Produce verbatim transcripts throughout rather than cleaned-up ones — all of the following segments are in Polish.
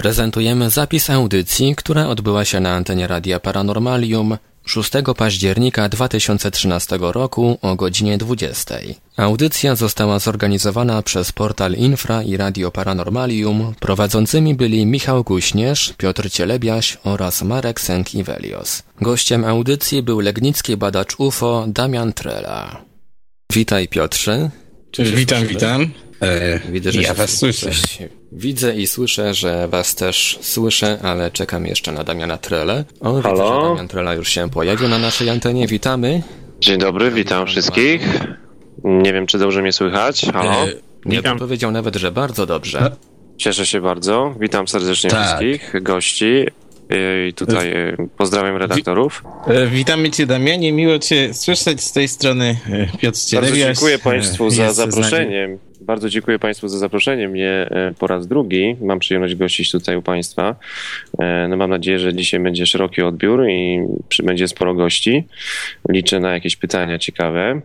Prezentujemy zapis audycji, która odbyła się na antenie Radia Paranormalium szóstego października dwa tysiące trzynastego roku o godzinie dwudziestej. Audycja została zorganizowana przez portal Infra i Radio Paranormalium. Prowadzącymi byli Michał Kuśnierz, Piotr Cielebiaś oraz Marek Sęk-Iwelios. Gościem audycji był legnicki badacz U F O Damian Trela. Witaj, Piotrze. Cześć, witam, słyszymy? witam. E, Widzę, że ja was słyszę. Widzę i słyszę, że was też słyszę, ale czekam jeszcze na Damiana Trelę. O, Halo? widzę, że Damian Trela już się pojawił na naszej antenie. Witamy. Dzień dobry, witam wszystkich. Nie wiem, czy dobrze mnie słychać. Halo? E, nie bym powiedział nawet, że bardzo dobrze. Cieszę się bardzo. Witam serdecznie tak. wszystkich gości. I tutaj pozdrawiam redaktorów. Witamy Cię, Damianie. Miło Cię słyszeć z tej strony. Piotr Cielebiaś. Bardzo dziękuję Państwu za zaproszenie. Bardzo dziękuję Państwu za zaproszenie mnie po raz drugi. Mam przyjemność gościć tutaj u Państwa. No mam nadzieję, że dzisiaj będzie szeroki odbiór i będzie sporo gości. Liczę na jakieś pytania ciekawe.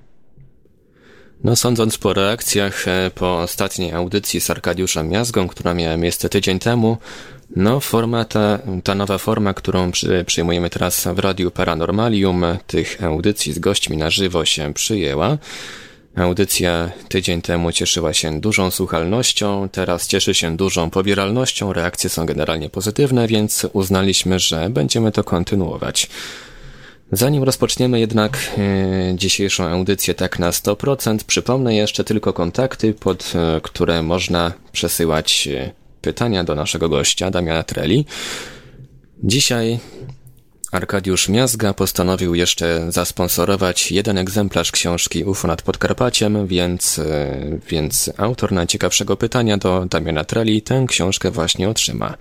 No sądząc po reakcjach po ostatniej audycji z Arkadiuszem Miazgą, która miała miejsce tydzień temu, no forma ta, ta nowa forma, którą przy, przyjmujemy teraz w Radiu Paranormalium, tych audycji z gośćmi na żywo się przyjęła. Audycja tydzień temu cieszyła się dużą słuchalnością, teraz cieszy się dużą pobieralnością, reakcje są generalnie pozytywne, więc uznaliśmy, że będziemy to kontynuować. Zanim rozpoczniemy jednak e, dzisiejszą audycję tak na sto procent, przypomnę jeszcze tylko kontakty, pod e, które można przesyłać e, pytania do naszego gościa, Damiana Treli. Dzisiaj Arkadiusz Miazga postanowił jeszcze zasponsorować jeden egzemplarz książki U F O nad Podkarpaciem, więc, e, więc autor najciekawszego pytania do Damiana Treli tę książkę właśnie otrzyma.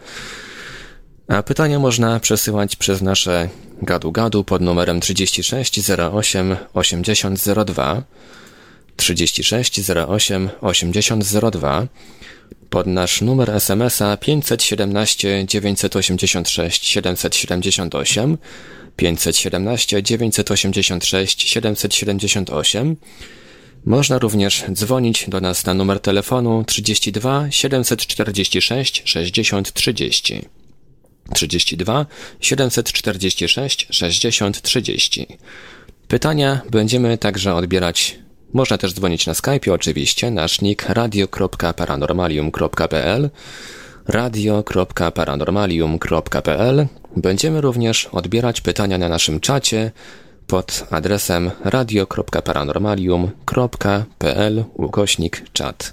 A pytania można przesyłać przez nasze gadu-gadu pod numerem trzydzieści sześć zero osiem osiemdziesiąt zero dwa, trzydzieści sześć zero osiem osiemdziesiąt zero dwa, pod nasz numer es em es a pięć siedem siedem dziewięć osiem sześć siedem siedem osiem, pięć siedem siedem dziewięć osiem sześć siedem siedem osiem. Można również dzwonić do nas na numer telefonu trzydzieści dwa siedemset czterdzieści sześć sześćdziesiąt trzydzieści. trzydzieści dwa siedemset czterdzieści sześć sześćdziesiąt trzydzieści. Pytania będziemy także odbierać. Można też dzwonić na Skype'ie oczywiście. Nasz nick radio kropka paranormalium kropka p l radio kropka paranormalium kropka p l. Będziemy również odbierać pytania na naszym czacie pod adresem radio kropka paranormalium kropka p l ukośnik czat.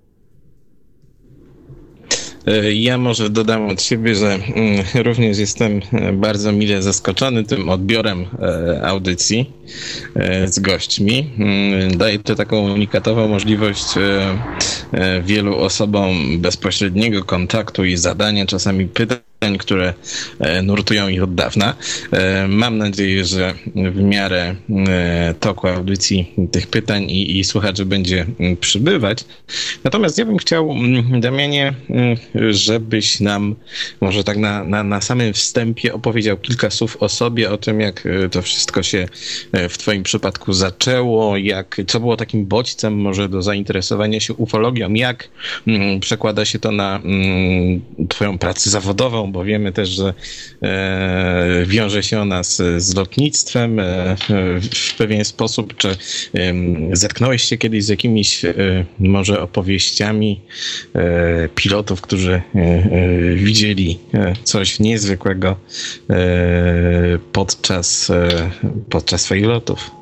Ja może dodam od siebie, że również jestem bardzo mile zaskoczony tym odbiorem audycji z gośćmi. Daje to taką unikatową możliwość wielu osobom bezpośredniego kontaktu i zadania czasami pytań, które nurtują ich od dawna. Mam nadzieję, że w miarę toku audycji tych pytań i, i słuchaczy będzie przybywać. Natomiast ja bym chciał, Damianie, żebyś nam może tak na, na, na samym wstępie opowiedział kilka słów o sobie, o tym, jak to wszystko się w twoim przypadku zaczęło, jak, co było takim bodźcem może do zainteresowania się ufologią, jak mm, przekłada się to na mm, twoją pracę zawodową, bo wiemy też, że e, wiąże się ona z, z lotnictwem e, w pewien sposób. Czy e, zetknąłeś się kiedyś z jakimiś e, może opowieściami e, pilotów, którzy e, e, widzieli e, coś niezwykłego e, podczas, e, podczas swoich lotów?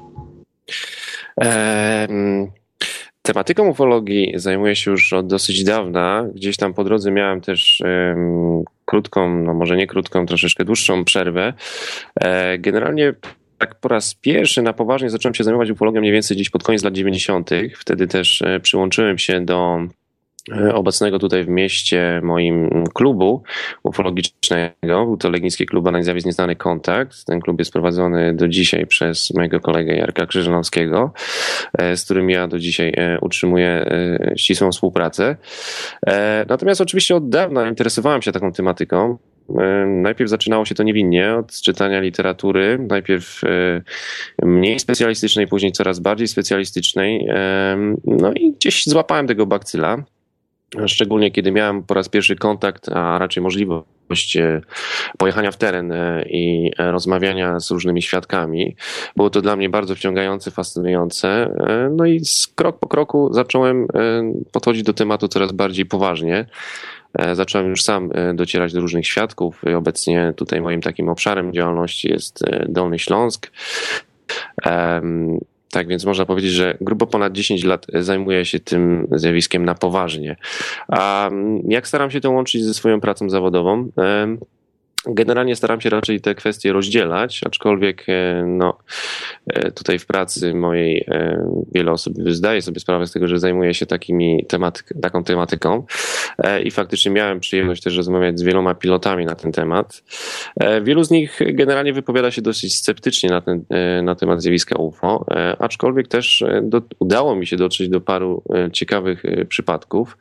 Um... Tematyką ufologii zajmuję się już od dosyć dawna. Gdzieś tam po drodze miałem też um, krótką, no może nie krótką, troszeczkę dłuższą przerwę. E, generalnie tak po raz pierwszy na poważnie zacząłem się zajmować ufologią mniej więcej gdzieś pod koniec lat dziewięćdziesiątych. Wtedy też e, przyłączyłem się do obecnego tutaj w mieście moim klubu ufologicznego. Był to Legnicki Klub Badań Zjawisk Nieznanych Kontakt. Ten klub jest prowadzony do dzisiaj przez mojego kolegę Jarka Krzyżanowskiego, z którym ja do dzisiaj utrzymuję ścisłą współpracę. Natomiast oczywiście od dawna interesowałem się taką tematyką. Najpierw zaczynało się to niewinnie, od czytania literatury, najpierw mniej specjalistycznej, później coraz bardziej specjalistycznej. No i gdzieś złapałem tego bakcyla. Szczególnie kiedy miałem po raz pierwszy kontakt, a raczej możliwość pojechania w teren i rozmawiania z różnymi świadkami. Było to dla mnie bardzo wciągające, fascynujące. No i z krok po kroku zacząłem podchodzić do tematu coraz bardziej poważnie. Zacząłem już sam docierać do różnych świadków. Obecnie tutaj moim takim obszarem działalności jest Dolny Śląsk. Tak więc można powiedzieć, że grubo ponad dziesięć lat zajmuję się tym zjawiskiem na poważnie. A jak staram się to łączyć ze swoją pracą zawodową? Generalnie staram się raczej te kwestie rozdzielać, aczkolwiek no, tutaj w pracy mojej wiele osób zdaje sobie sprawę z tego, że zajmuję się takimi tematyk, taką tematyką i faktycznie miałem przyjemność też rozmawiać z wieloma pilotami na ten temat. Wielu z nich generalnie wypowiada się dosyć sceptycznie na, ten, na temat zjawiska U F O, aczkolwiek też do, udało mi się dotrzeć do paru ciekawych przypadków,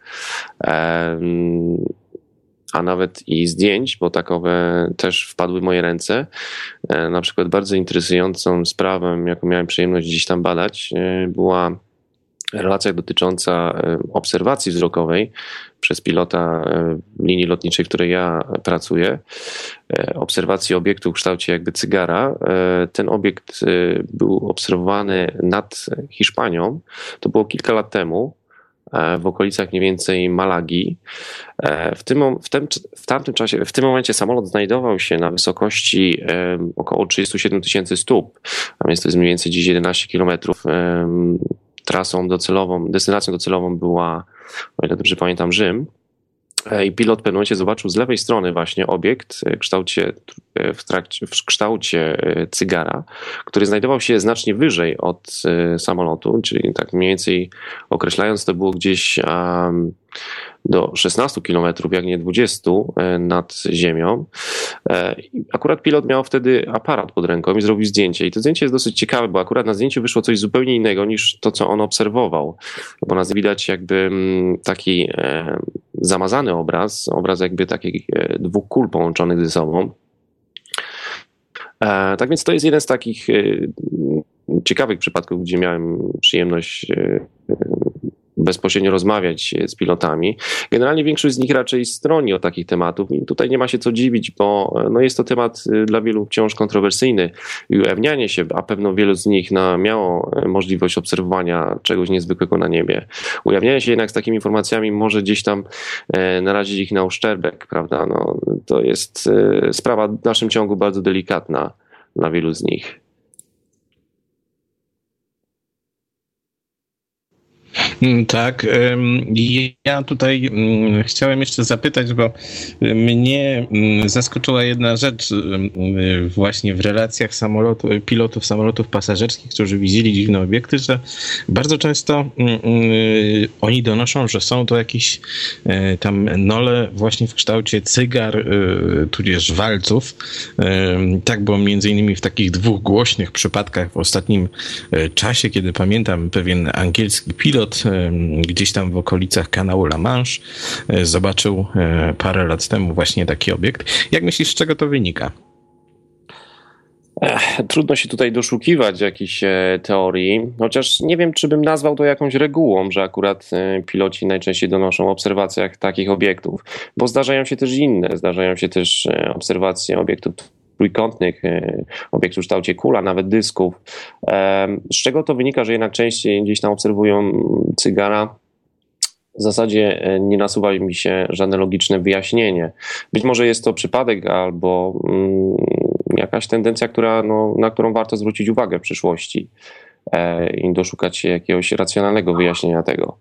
a nawet i zdjęć, bo takowe też wpadły w moje ręce. Na przykład bardzo interesującą sprawą, jaką miałem przyjemność gdzieś tam badać, była relacja dotycząca obserwacji wzrokowej przez pilota linii lotniczej, w której ja pracuję. Obserwacji obiektu w kształcie jakby cygara. Ten obiekt był obserwowany nad Hiszpanią. To było kilka lat temu, w okolicach mniej więcej Malagi. W tym, w, tym, w tamtym czasie, w tym momencie samolot znajdował się na wysokości około trzydzieści siedem tysięcy stóp, a więc to jest mniej więcej dziś jedenaście kilometrów. Trasą docelową, destynacją docelową była, o ile dobrze pamiętam, Rzym. I pilot w pewnym momencie zobaczył z lewej strony właśnie obiekt w kształcie, w trakcie, w kształcie cygara, który znajdował się znacznie wyżej od samolotu, czyli tak mniej więcej określając, to było gdzieś um, do szesnastu kilometrów, jak nie dwudziestu nad ziemią. Akurat pilot miał wtedy aparat pod ręką i zrobił zdjęcie. I to zdjęcie jest dosyć ciekawe, bo akurat na zdjęciu wyszło coś zupełnie innego niż to, co on obserwował. Bo nas widać jakby taki zamazany obraz, obraz jakby takich dwóch kul połączonych ze sobą. Tak więc to jest jeden z takich ciekawych przypadków, gdzie miałem przyjemność bezpośrednio rozmawiać z pilotami. Generalnie większość z nich raczej stroni od takich tematów i tutaj nie ma się co dziwić, bo no jest to temat dla wielu wciąż kontrowersyjny i ujawnianie się, a pewno wielu z nich no, miało możliwość obserwowania czegoś niezwykłego na niebie. Ujawnianie się jednak z takimi informacjami może gdzieś tam e, narazić ich na uszczerbek, prawda? No, to jest e, sprawa w naszym ciągu bardzo delikatna dla wielu z nich. Tak, ja tutaj chciałem jeszcze zapytać, bo mnie zaskoczyła jedna rzecz właśnie w relacjach samolotu, pilotów samolotów pasażerskich, którzy widzieli dziwne obiekty, że bardzo często oni donoszą, że są to jakieś tam nole właśnie w kształcie cygar, tudzież walców. Tak było między innymi w takich dwóch głośnych przypadkach w ostatnim czasie, kiedy pamiętam pewien angielski pilot gdzieś tam w okolicach kanału La Manche zobaczył parę lat temu właśnie taki obiekt. Jak myślisz, z czego to wynika? Ech, trudno się tutaj doszukiwać jakichś e, teorii, chociaż nie wiem, czy bym nazwał to jakąś regułą, że akurat e, piloci najczęściej donoszą o obserwacjach takich obiektów, bo zdarzają się też inne, zdarzają się też e, obserwacje obiektów trójkątnych, obiektów w kształcie kula, nawet dysków. Z czego to wynika, że jednak częściej gdzieś tam obserwują cygara? W zasadzie nie nasuwa mi się żadne logiczne wyjaśnienie. Być może jest to przypadek albo jakaś tendencja, która, no, na którą warto zwrócić uwagę w przyszłości i doszukać się jakiegoś racjonalnego wyjaśnienia tego.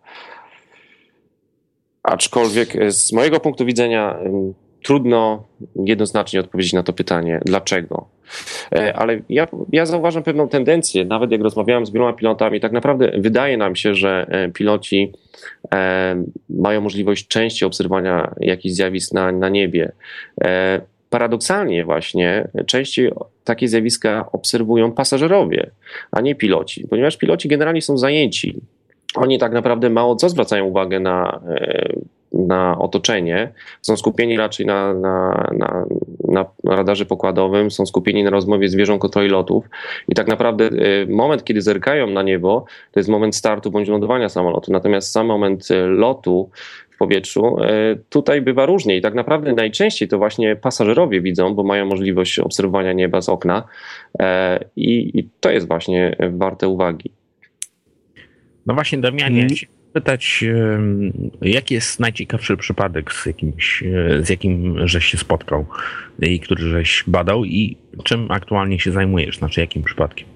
Aczkolwiek z mojego punktu widzenia trudno jednoznacznie odpowiedzieć na to pytanie, dlaczego. Ale ja, ja zauważam pewną tendencję, nawet jak rozmawiałem z wieloma pilotami, tak naprawdę wydaje nam się, że piloci e, mają możliwość częściej obserwowania jakichś zjawisk na, na niebie. E, paradoksalnie właśnie częściej takie zjawiska obserwują pasażerowie, a nie piloci, ponieważ piloci generalnie są zajęci. Oni tak naprawdę mało co zwracają uwagę na, na otoczenie, są skupieni raczej na, na, na, na radarze pokładowym, są skupieni na rozmowie z wieżą kontroli lotów i tak naprawdę moment, kiedy zerkają na niebo, to jest moment startu bądź lądowania samolotu, natomiast sam moment lotu w powietrzu, tutaj bywa różnie i tak naprawdę najczęściej to właśnie pasażerowie widzą, bo mają możliwość obserwowania nieba z okna i, i to jest właśnie warte uwagi. No właśnie, Damianie, hmm. pytać, jaki jest najciekawszy przypadek, z, jakimś, z jakim żeś się spotkał i który żeś badał i czym aktualnie się zajmujesz, znaczy jakim przypadkiem?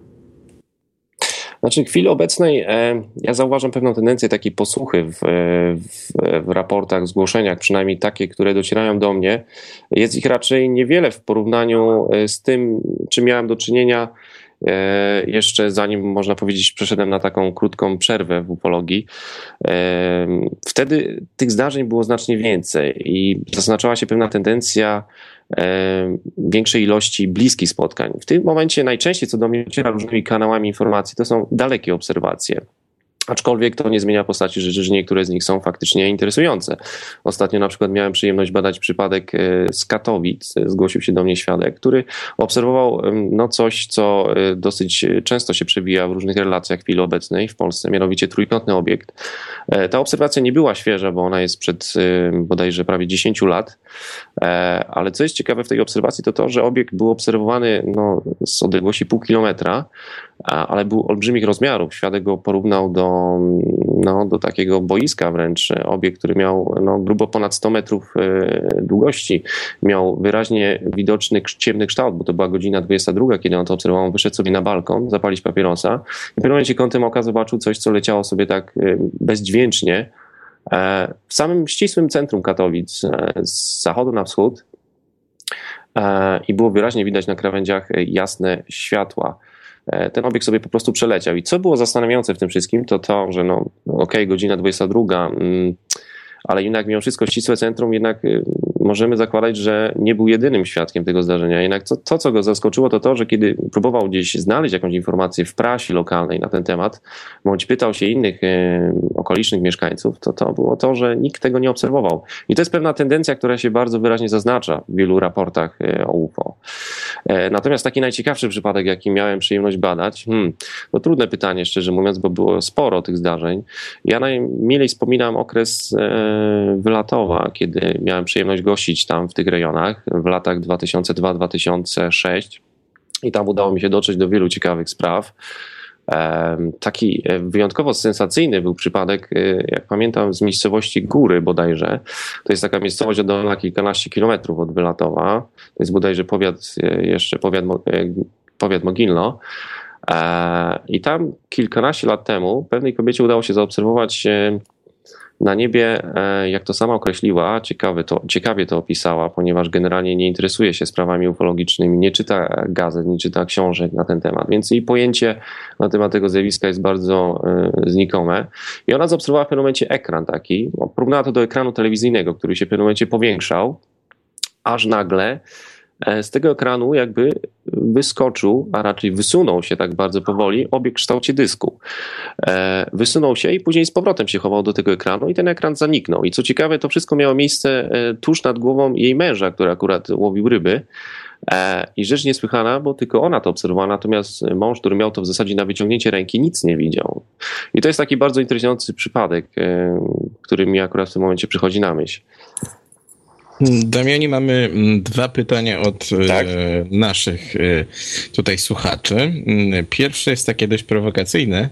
Znaczy w chwili obecnej e, ja zauważam pewną tendencję takiej posłuchy w, w, w raportach, w zgłoszeniach, przynajmniej takie, które docierają do mnie. Jest ich raczej niewiele w porównaniu z tym, czym miałem do czynienia e, jeszcze zanim, można powiedzieć, przeszedłem na taką krótką przerwę w ufologii. E, wtedy tych zdarzeń było znacznie więcej i zaznaczała się pewna tendencja większej ilości bliskich spotkań. W tym momencie najczęściej, co do mnie dociera różnymi kanałami informacji, to są dalekie obserwacje. Aczkolwiek to nie zmienia postaci rzeczy, że niektóre z nich są faktycznie interesujące. Ostatnio na przykład miałem przyjemność badać przypadek z Katowic. Zgłosił się do mnie świadek, który obserwował no coś, co dosyć często się przewija w różnych relacjach w chwili obecnej w Polsce, mianowicie trójkątny obiekt. Ta obserwacja nie była świeża, bo ona jest przed bodajże prawie dziesięciu lat, ale co jest ciekawe w tej obserwacji, to to, że obiekt był obserwowany no, z odległości pół kilometra, ale był olbrzymich rozmiarów. Świadek go porównał do, no, do takiego boiska wręcz. Obiekt, który miał no, grubo ponad sto metrów długości. Miał wyraźnie widoczny ciemny kształt, bo to była godzina dwudziesta druga, kiedy on to obserwował. Wyszedł sobie na balkon, zapalić papierosa i w pewnym momencie kątem oka zobaczył coś, co leciało sobie tak bezdźwięcznie w samym ścisłym centrum Katowic, z zachodu na wschód, i było wyraźnie widać na krawędziach jasne światła. Ten obiekt sobie po prostu przeleciał. I co było zastanawiające w tym wszystkim, to to, że no okej, okay, godzina dwudziesta druga, ale jednak mimo wszystko ścisłe centrum, jednak możemy zakładać, że nie był jedynym świadkiem tego zdarzenia. Jednak to, to, co go zaskoczyło, to to, że kiedy próbował gdzieś znaleźć jakąś informację w prasie lokalnej na ten temat, bądź pytał się innych e, okolicznych mieszkańców, to to było to, że nikt tego nie obserwował. I to jest pewna tendencja, która się bardzo wyraźnie zaznacza w wielu raportach e, o U F O. E, natomiast taki najciekawszy przypadek, jaki miałem przyjemność badać, hmm, to trudne pytanie, szczerze mówiąc, bo było sporo tych zdarzeń. Ja najmilej wspominam okres e, Wylatowa, kiedy miałem przyjemność gościć tam w tych rejonach w latach dwa tysiące drugi do dwa tysiące szóstego i tam udało mi się dotrzeć do wielu ciekawych spraw. Taki wyjątkowo sensacyjny był przypadek, jak pamiętam, z miejscowości Góry bodajże. To jest taka miejscowość oddalona kilkanaście kilometrów od Wylatowa. To jest bodajże powiat, jeszcze powiat, powiat Mogilno. I tam kilkanaście lat temu pewnej kobiecie udało się zaobserwować na niebie, jak to sama określiła, ciekawe to, ciekawie to opisała, ponieważ generalnie nie interesuje się sprawami ufologicznymi, nie czyta gazet, nie czyta książek na ten temat, więc jej pojęcie na temat tego zjawiska jest bardzo y, znikome. I ona zaobserwowała w pewnym momencie ekran taki, porównała to do ekranu telewizyjnego, który się w pewnym momencie powiększał, aż nagle z tego ekranu jakby wyskoczył, a raczej wysunął się tak bardzo powoli obiekt w kształcie dysku. Wysunął się i później z powrotem się chował do tego ekranu i ten ekran zaniknął. I co ciekawe, to wszystko miało miejsce tuż nad głową jej męża, który akurat łowił ryby. I rzecz niesłychana, bo tylko ona to obserwowała, natomiast mąż, który miał to w zasadzie na wyciągnięcie ręki, nic nie widział. I to jest taki bardzo interesujący przypadek, który mi akurat w tym momencie przychodzi na myśl. Damianie, mamy dwa pytania od tak? naszych tutaj słuchaczy. Pierwsze jest takie dość prowokacyjne,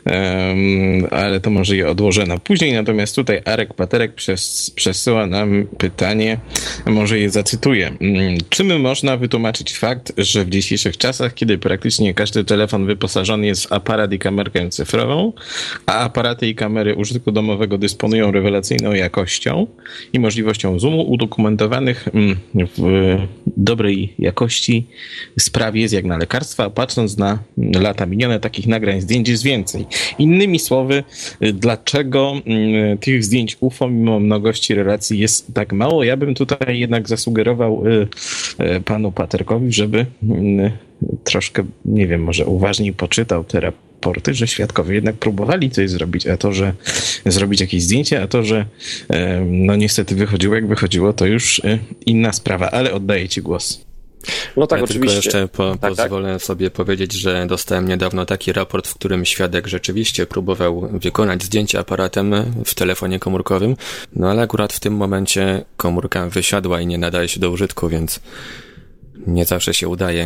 ale to może je odłożę na później. Natomiast tutaj Arek Paterek przes, przesyła nam pytanie, może je zacytuję. Czym można wytłumaczyć fakt, że w dzisiejszych czasach, kiedy praktycznie każdy telefon wyposażony jest w aparat i kamerkę cyfrową, a aparaty i kamery użytku domowego dysponują rewelacyjną jakością i możliwością zoomu, udokumentowanych w dobrej jakości spraw jest jak na lekarstwa, a patrząc na lata minione, takich nagrań zdjęć jest więcej. Innymi słowy, dlaczego tych zdjęć U F O mimo mnogości relacji jest tak mało? Ja bym tutaj jednak zasugerował panu Paterkowi, żeby troszkę, nie wiem, może uważniej poczytał te raporty, że świadkowie jednak próbowali coś zrobić, a to, że zrobić jakieś zdjęcie, a to, że no niestety wychodziło jak wychodziło, to już inna sprawa, ale oddaję ci głos. No tak, ja oczywiście. Tylko jeszcze po, tak, pozwolę tak. sobie powiedzieć, że dostałem niedawno taki raport, w którym świadek rzeczywiście próbował wykonać zdjęcie aparatem w telefonie komórkowym, no ale akurat w tym momencie komórka wysiadła i nie nadaje się do użytku, więc nie zawsze się udaje.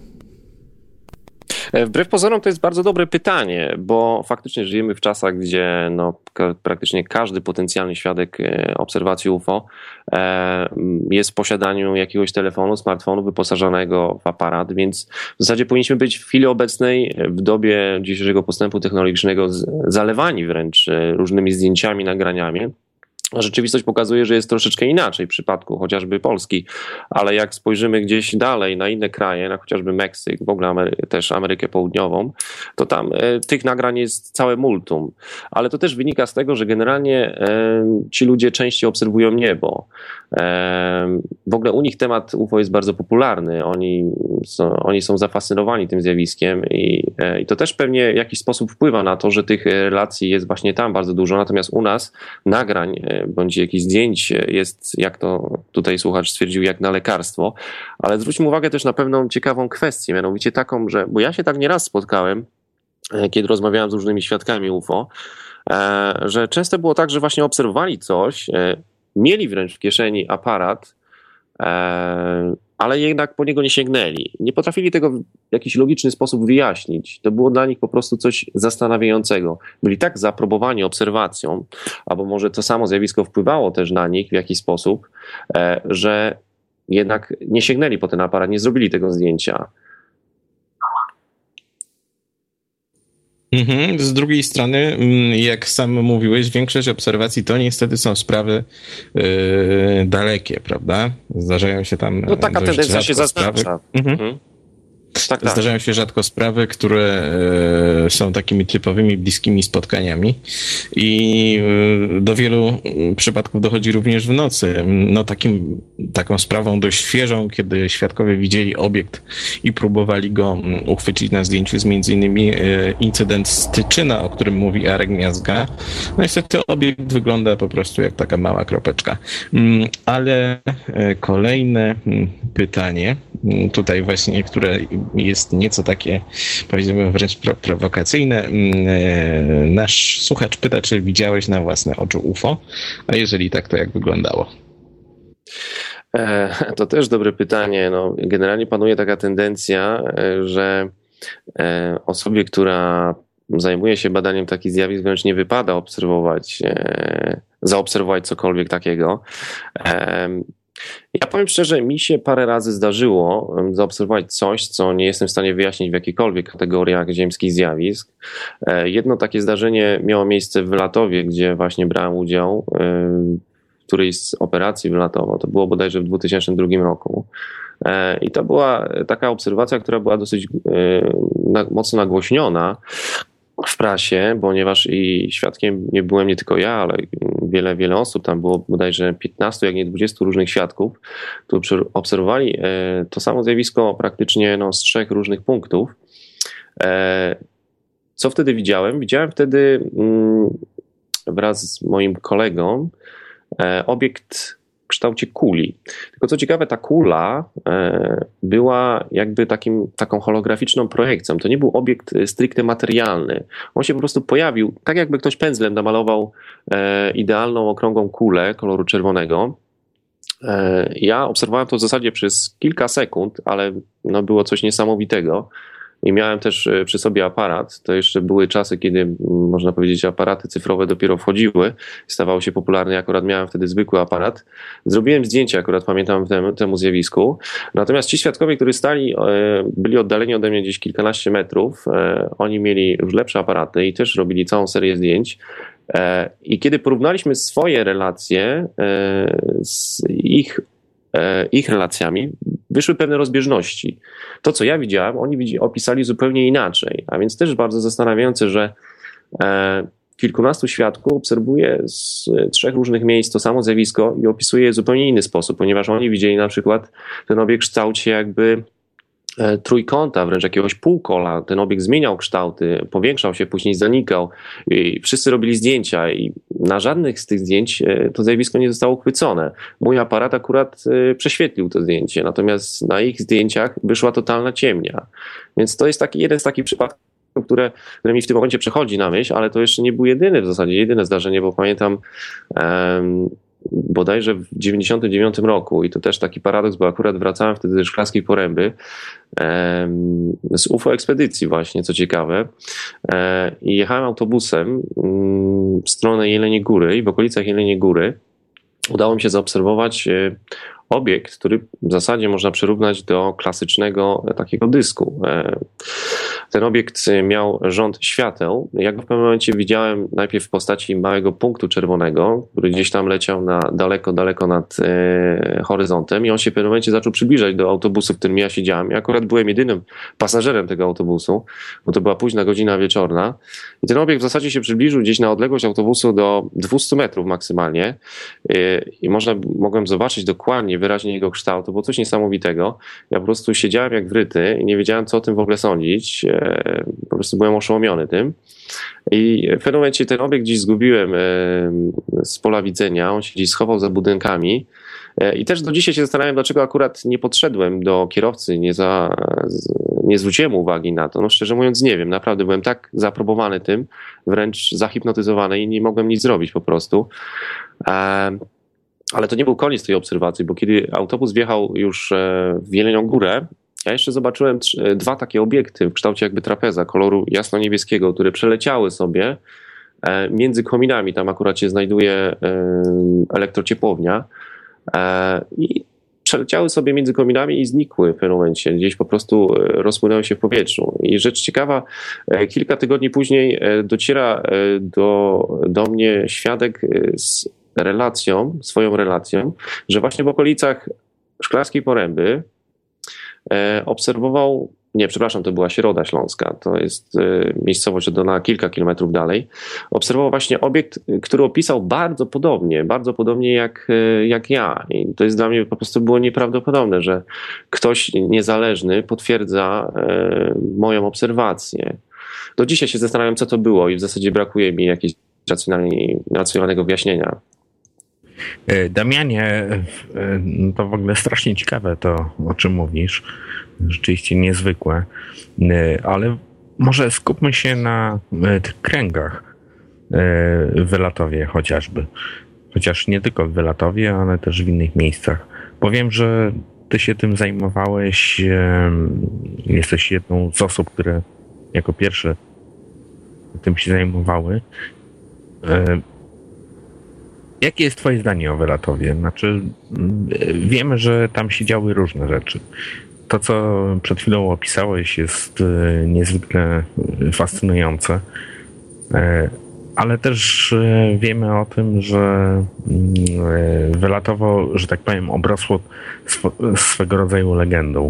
Wbrew pozorom to jest bardzo dobre pytanie, bo faktycznie żyjemy w czasach, gdzie no, ka- praktycznie każdy potencjalny świadek obserwacji U F O e, jest w posiadaniu jakiegoś telefonu, smartfonu wyposażonego w aparat, więc w zasadzie powinniśmy być w chwili obecnej, w dobie dzisiejszego postępu technologicznego, z, zalewani wręcz różnymi zdjęciami, nagraniami. Rzeczywistość pokazuje, że jest troszeczkę inaczej w przypadku chociażby Polski, ale jak spojrzymy gdzieś dalej na inne kraje, na chociażby Meksyk, w ogóle Amery- też Amerykę Południową, to tam e, tych nagrań jest całe multum. Ale to też wynika z tego, że generalnie e, ci ludzie częściej obserwują niebo. E, w ogóle u nich temat U F O jest bardzo popularny. Oni są, oni są zafascynowani tym zjawiskiem i, e, i to też pewnie w jakiś sposób wpływa na to, że tych relacji jest właśnie tam bardzo dużo, natomiast u nas nagrań bądź jakichś zdjęć jest, jak to tutaj słuchacz stwierdził, jak na lekarstwo. Ale zwróćmy uwagę też na pewną ciekawą kwestię, mianowicie taką, że, bo ja się tak nieraz spotkałem, kiedy rozmawiałem z różnymi świadkami U F O, że często było tak, że właśnie obserwowali coś, mieli wręcz w kieszeni aparat, ale jednak po niego nie sięgnęli. Nie potrafili tego w jakiś logiczny sposób wyjaśnić. To było dla nich po prostu coś zastanawiającego. Byli tak zaaprobowani obserwacją, albo może to samo zjawisko wpływało też na nich w jakiś sposób, że jednak nie sięgnęli po ten aparat, nie zrobili tego zdjęcia. Mhm. Z drugiej strony, jak sam mówiłeś, większość obserwacji to niestety są sprawy yy, dalekie, prawda? Zdarzają się tam. No taka tendencja się zaznacza. Mhm. Mhm. Tak, tak. Zdarzają się rzadko sprawy, które e, są takimi typowymi, bliskimi spotkaniami i e, do wielu przypadków dochodzi również w nocy. No takim, taką sprawą dość świeżą, kiedy świadkowie widzieli obiekt i próbowali go uchwycić na zdjęciu, jest między innymi e, incydent z Tyczyna, o którym mówi Arek Miazga. No niestety obiekt wygląda po prostu jak taka mała kropeczka. Ale e, kolejne pytanie, tutaj właśnie, które jest nieco takie, powiedziałbym, wręcz prowokacyjne. Nasz słuchacz pyta, czy widziałeś na własne oczy U F O, a jeżeli tak, to jak wyglądało? To też dobre pytanie. No, generalnie panuje taka tendencja, że osobie, która zajmuje się badaniem takich zjawisk, wręcz nie wypada obserwować, zaobserwować cokolwiek takiego. Ja powiem szczerze, mi się parę razy zdarzyło zaobserwować coś, co nie jestem w stanie wyjaśnić w jakichkolwiek kategoriach ziemskich zjawisk. Jedno takie zdarzenie miało miejsce w Wylatowie, gdzie właśnie brałem udział w którejś z operacji wylatowo. To było bodajże w dwa tysiące drugim roku. I to była taka obserwacja, która była dosyć mocno nagłośniona w prasie, ponieważ i świadkiem nie byłem nie tylko ja, ale wiele, wiele osób, tam było bodajże piętnastu, jak nie dwudziestu różnych świadków, którzy obserwowali to samo zjawisko praktycznie no, z trzech różnych punktów. Co wtedy widziałem? Widziałem wtedy wraz z moim kolegą obiekt w kształcie kuli. Tylko co ciekawe, ta kula była jakby takim, taką holograficzną projekcją. To nie był obiekt stricte materialny. On się po prostu pojawił, tak jakby ktoś pędzlem namalował idealną, okrągłą kulę koloru czerwonego. Ja obserwowałem to w zasadzie przez kilka sekund, ale no było coś niesamowitego. I miałem też przy sobie aparat. To jeszcze były czasy, kiedy można powiedzieć aparaty cyfrowe dopiero wchodziły. Stawało się popularne, akurat miałem wtedy zwykły aparat. Zrobiłem zdjęcie, akurat pamiętam temu, temu zjawisku. Natomiast ci świadkowie, którzy stali, byli oddaleni ode mnie gdzieś kilkanaście metrów. Oni mieli już lepsze aparaty i też robili całą serię zdjęć. I kiedy porównaliśmy swoje relacje z ich ich relacjami, wyszły pewne rozbieżności. To, co ja widziałem, oni opisali zupełnie inaczej. A więc też bardzo zastanawiające, że kilkunastu świadków obserwuje z trzech różnych miejsc to samo zjawisko i opisuje je w zupełnie inny sposób, ponieważ oni widzieli na przykład ten obiekt w kształcie jakby trójkąta, wręcz jakiegoś półkola. Ten obiekt zmieniał kształty, powiększał się, później zanikał. I wszyscy robili zdjęcia i na żadnych z tych zdjęć to zjawisko nie zostało uchwycone. Mój aparat akurat prześwietlił to zdjęcie, natomiast na ich zdjęciach wyszła totalna ciemnia. Więc to jest taki jeden z takich przypadków, które, które mi w tym momencie przychodzi na myśl, ale to jeszcze nie był jedyny w zasadzie, jedyne zdarzenie, bo pamiętam um, bodajże w dziewięćdziesiątym dziewiątym roku i to też taki paradoks, bo akurat wracałem wtedy ze Szklarskiej Poręby um, z U F O ekspedycji właśnie, co ciekawe, e, i jechałem autobusem um, w stronę Jeleniej Góry i w okolicach Jeleniej Góry udało mi się zaobserwować e, obiekt, który w zasadzie można przyrównać do klasycznego takiego dysku. Ten obiekt miał rząd świateł. Ja go w pewnym momencie widziałem najpierw w postaci małego punktu czerwonego, który gdzieś tam leciał na daleko, daleko nad e, horyzontem i on się w pewnym momencie zaczął przybliżać do autobusu, w którym ja siedziałem. Ja akurat byłem jedynym pasażerem tego autobusu, bo to była późna godzina wieczorna i ten obiekt w zasadzie się przybliżył gdzieś na odległość autobusu do dwieście metrów maksymalnie e, i można, mogłem zobaczyć dokładnie, wyraźnie jego kształt. To było coś niesamowitego. Ja po prostu siedziałem jak wryty i nie wiedziałem, co o tym w ogóle sądzić. Po prostu byłem oszołomiony tym. I w pewnym momencie ten obiekt gdzieś zgubiłem z pola widzenia. On się gdzieś schował za budynkami. I też do dzisiaj się zastanawiam, dlaczego akurat nie podszedłem do kierowcy, nie, za, nie zwróciłem uwagi na to. No szczerze mówiąc nie wiem. Naprawdę byłem tak zaaprobowany tym, wręcz zahipnotyzowany i nie mogłem nic zrobić po prostu. Ale to nie był koniec tej obserwacji, bo kiedy autobus wjechał już w Jelenią Górę, ja jeszcze zobaczyłem trzy, dwa takie obiekty w kształcie jakby trapeza koloru jasno-niebieskiego, które przeleciały sobie między kominami. Tam akurat się znajduje elektrociepłownia i przeleciały sobie między kominami i znikły w pewnym momencie. Gdzieś po prostu rozpłynęły się w powietrzu. I rzecz ciekawa, kilka tygodni później dociera do, do mnie świadek z relacją, swoją relacją, że właśnie w okolicach Szklarskiej Poręby e, obserwował, nie, przepraszam, to była Środa Śląska, to jest e, miejscowość oddalona kilka kilometrów dalej, obserwował właśnie obiekt, który opisał bardzo podobnie, bardzo podobnie jak, e, jak ja. I to jest dla mnie po prostu było nieprawdopodobne, że ktoś niezależny potwierdza e, moją obserwację. Do dzisiaj się zastanawiam, co to było i w zasadzie brakuje mi jakiegoś racjonalnego wyjaśnienia. Damianie, to w ogóle strasznie ciekawe to, o czym mówisz. Rzeczywiście niezwykłe. Ale może skupmy się na tych kręgach w Wylatowie chociażby. Chociaż nie tylko w Wylatowie, ale też w innych miejscach. Powiem, że ty się tym zajmowałeś. Jesteś jedną z osób, które jako pierwsze tym się zajmowały. Jakie jest twoje zdanie o Wylatowie? Znaczy, wiemy, że tam się działy różne rzeczy. To, co przed chwilą opisałeś, jest niezwykle fascynujące, ale też wiemy o tym, że Wylatowo, że tak powiem, obrosło sw- swego rodzaju legendą.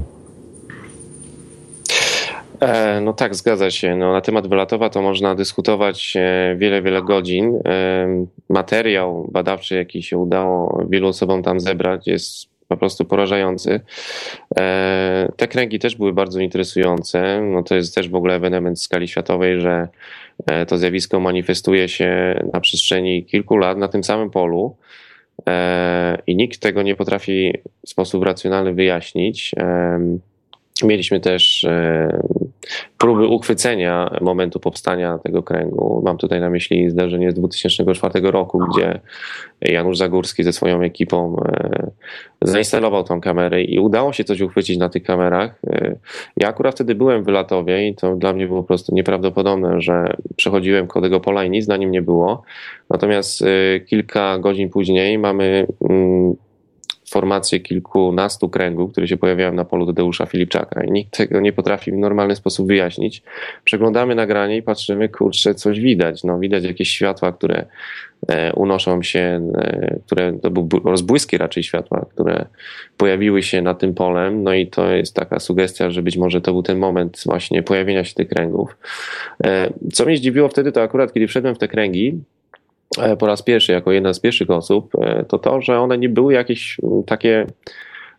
No tak, zgadza się. No, na temat Wylatowa to można dyskutować wiele, wiele godzin. Materiał badawczy, jaki się udało wielu osobom tam zebrać, jest po prostu porażający. Te kręgi też były bardzo interesujące. No to jest też w ogóle ewenement w skali światowej, że to zjawisko manifestuje się na przestrzeni kilku lat na tym samym polu i nikt tego nie potrafi w sposób racjonalny wyjaśnić. Mieliśmy też próby uchwycenia momentu powstania tego kręgu. Mam tutaj na myśli zdarzenie z dwa tysiące czwartego roku, gdzie Janusz Zagórski ze swoją ekipą zainstalował tą kamerę i udało się coś uchwycić na tych kamerach. Ja akurat wtedy byłem w Wylatowie i to dla mnie było po prostu nieprawdopodobne, że przechodziłem koło tego pola i nic na nim nie było. Natomiast kilka godzin później mamy formację kilkunastu kręgów, które się pojawiają na polu Tadeusza Filipczaka i nikt tego nie potrafi w normalny sposób wyjaśnić. Przeglądamy nagranie i patrzymy, kurczę, coś widać. No, widać jakieś światła, które e, unoszą się, e, które to był rozbłyski raczej światła, które pojawiły się na tym polem. No i to jest taka sugestia, że być może to był ten moment właśnie pojawienia się tych kręgów. E, co mnie zdziwiło wtedy, to akurat kiedy wszedłem w te kręgi, po raz pierwszy, jako jedna z pierwszych osób, to to, że one nie były jakieś takie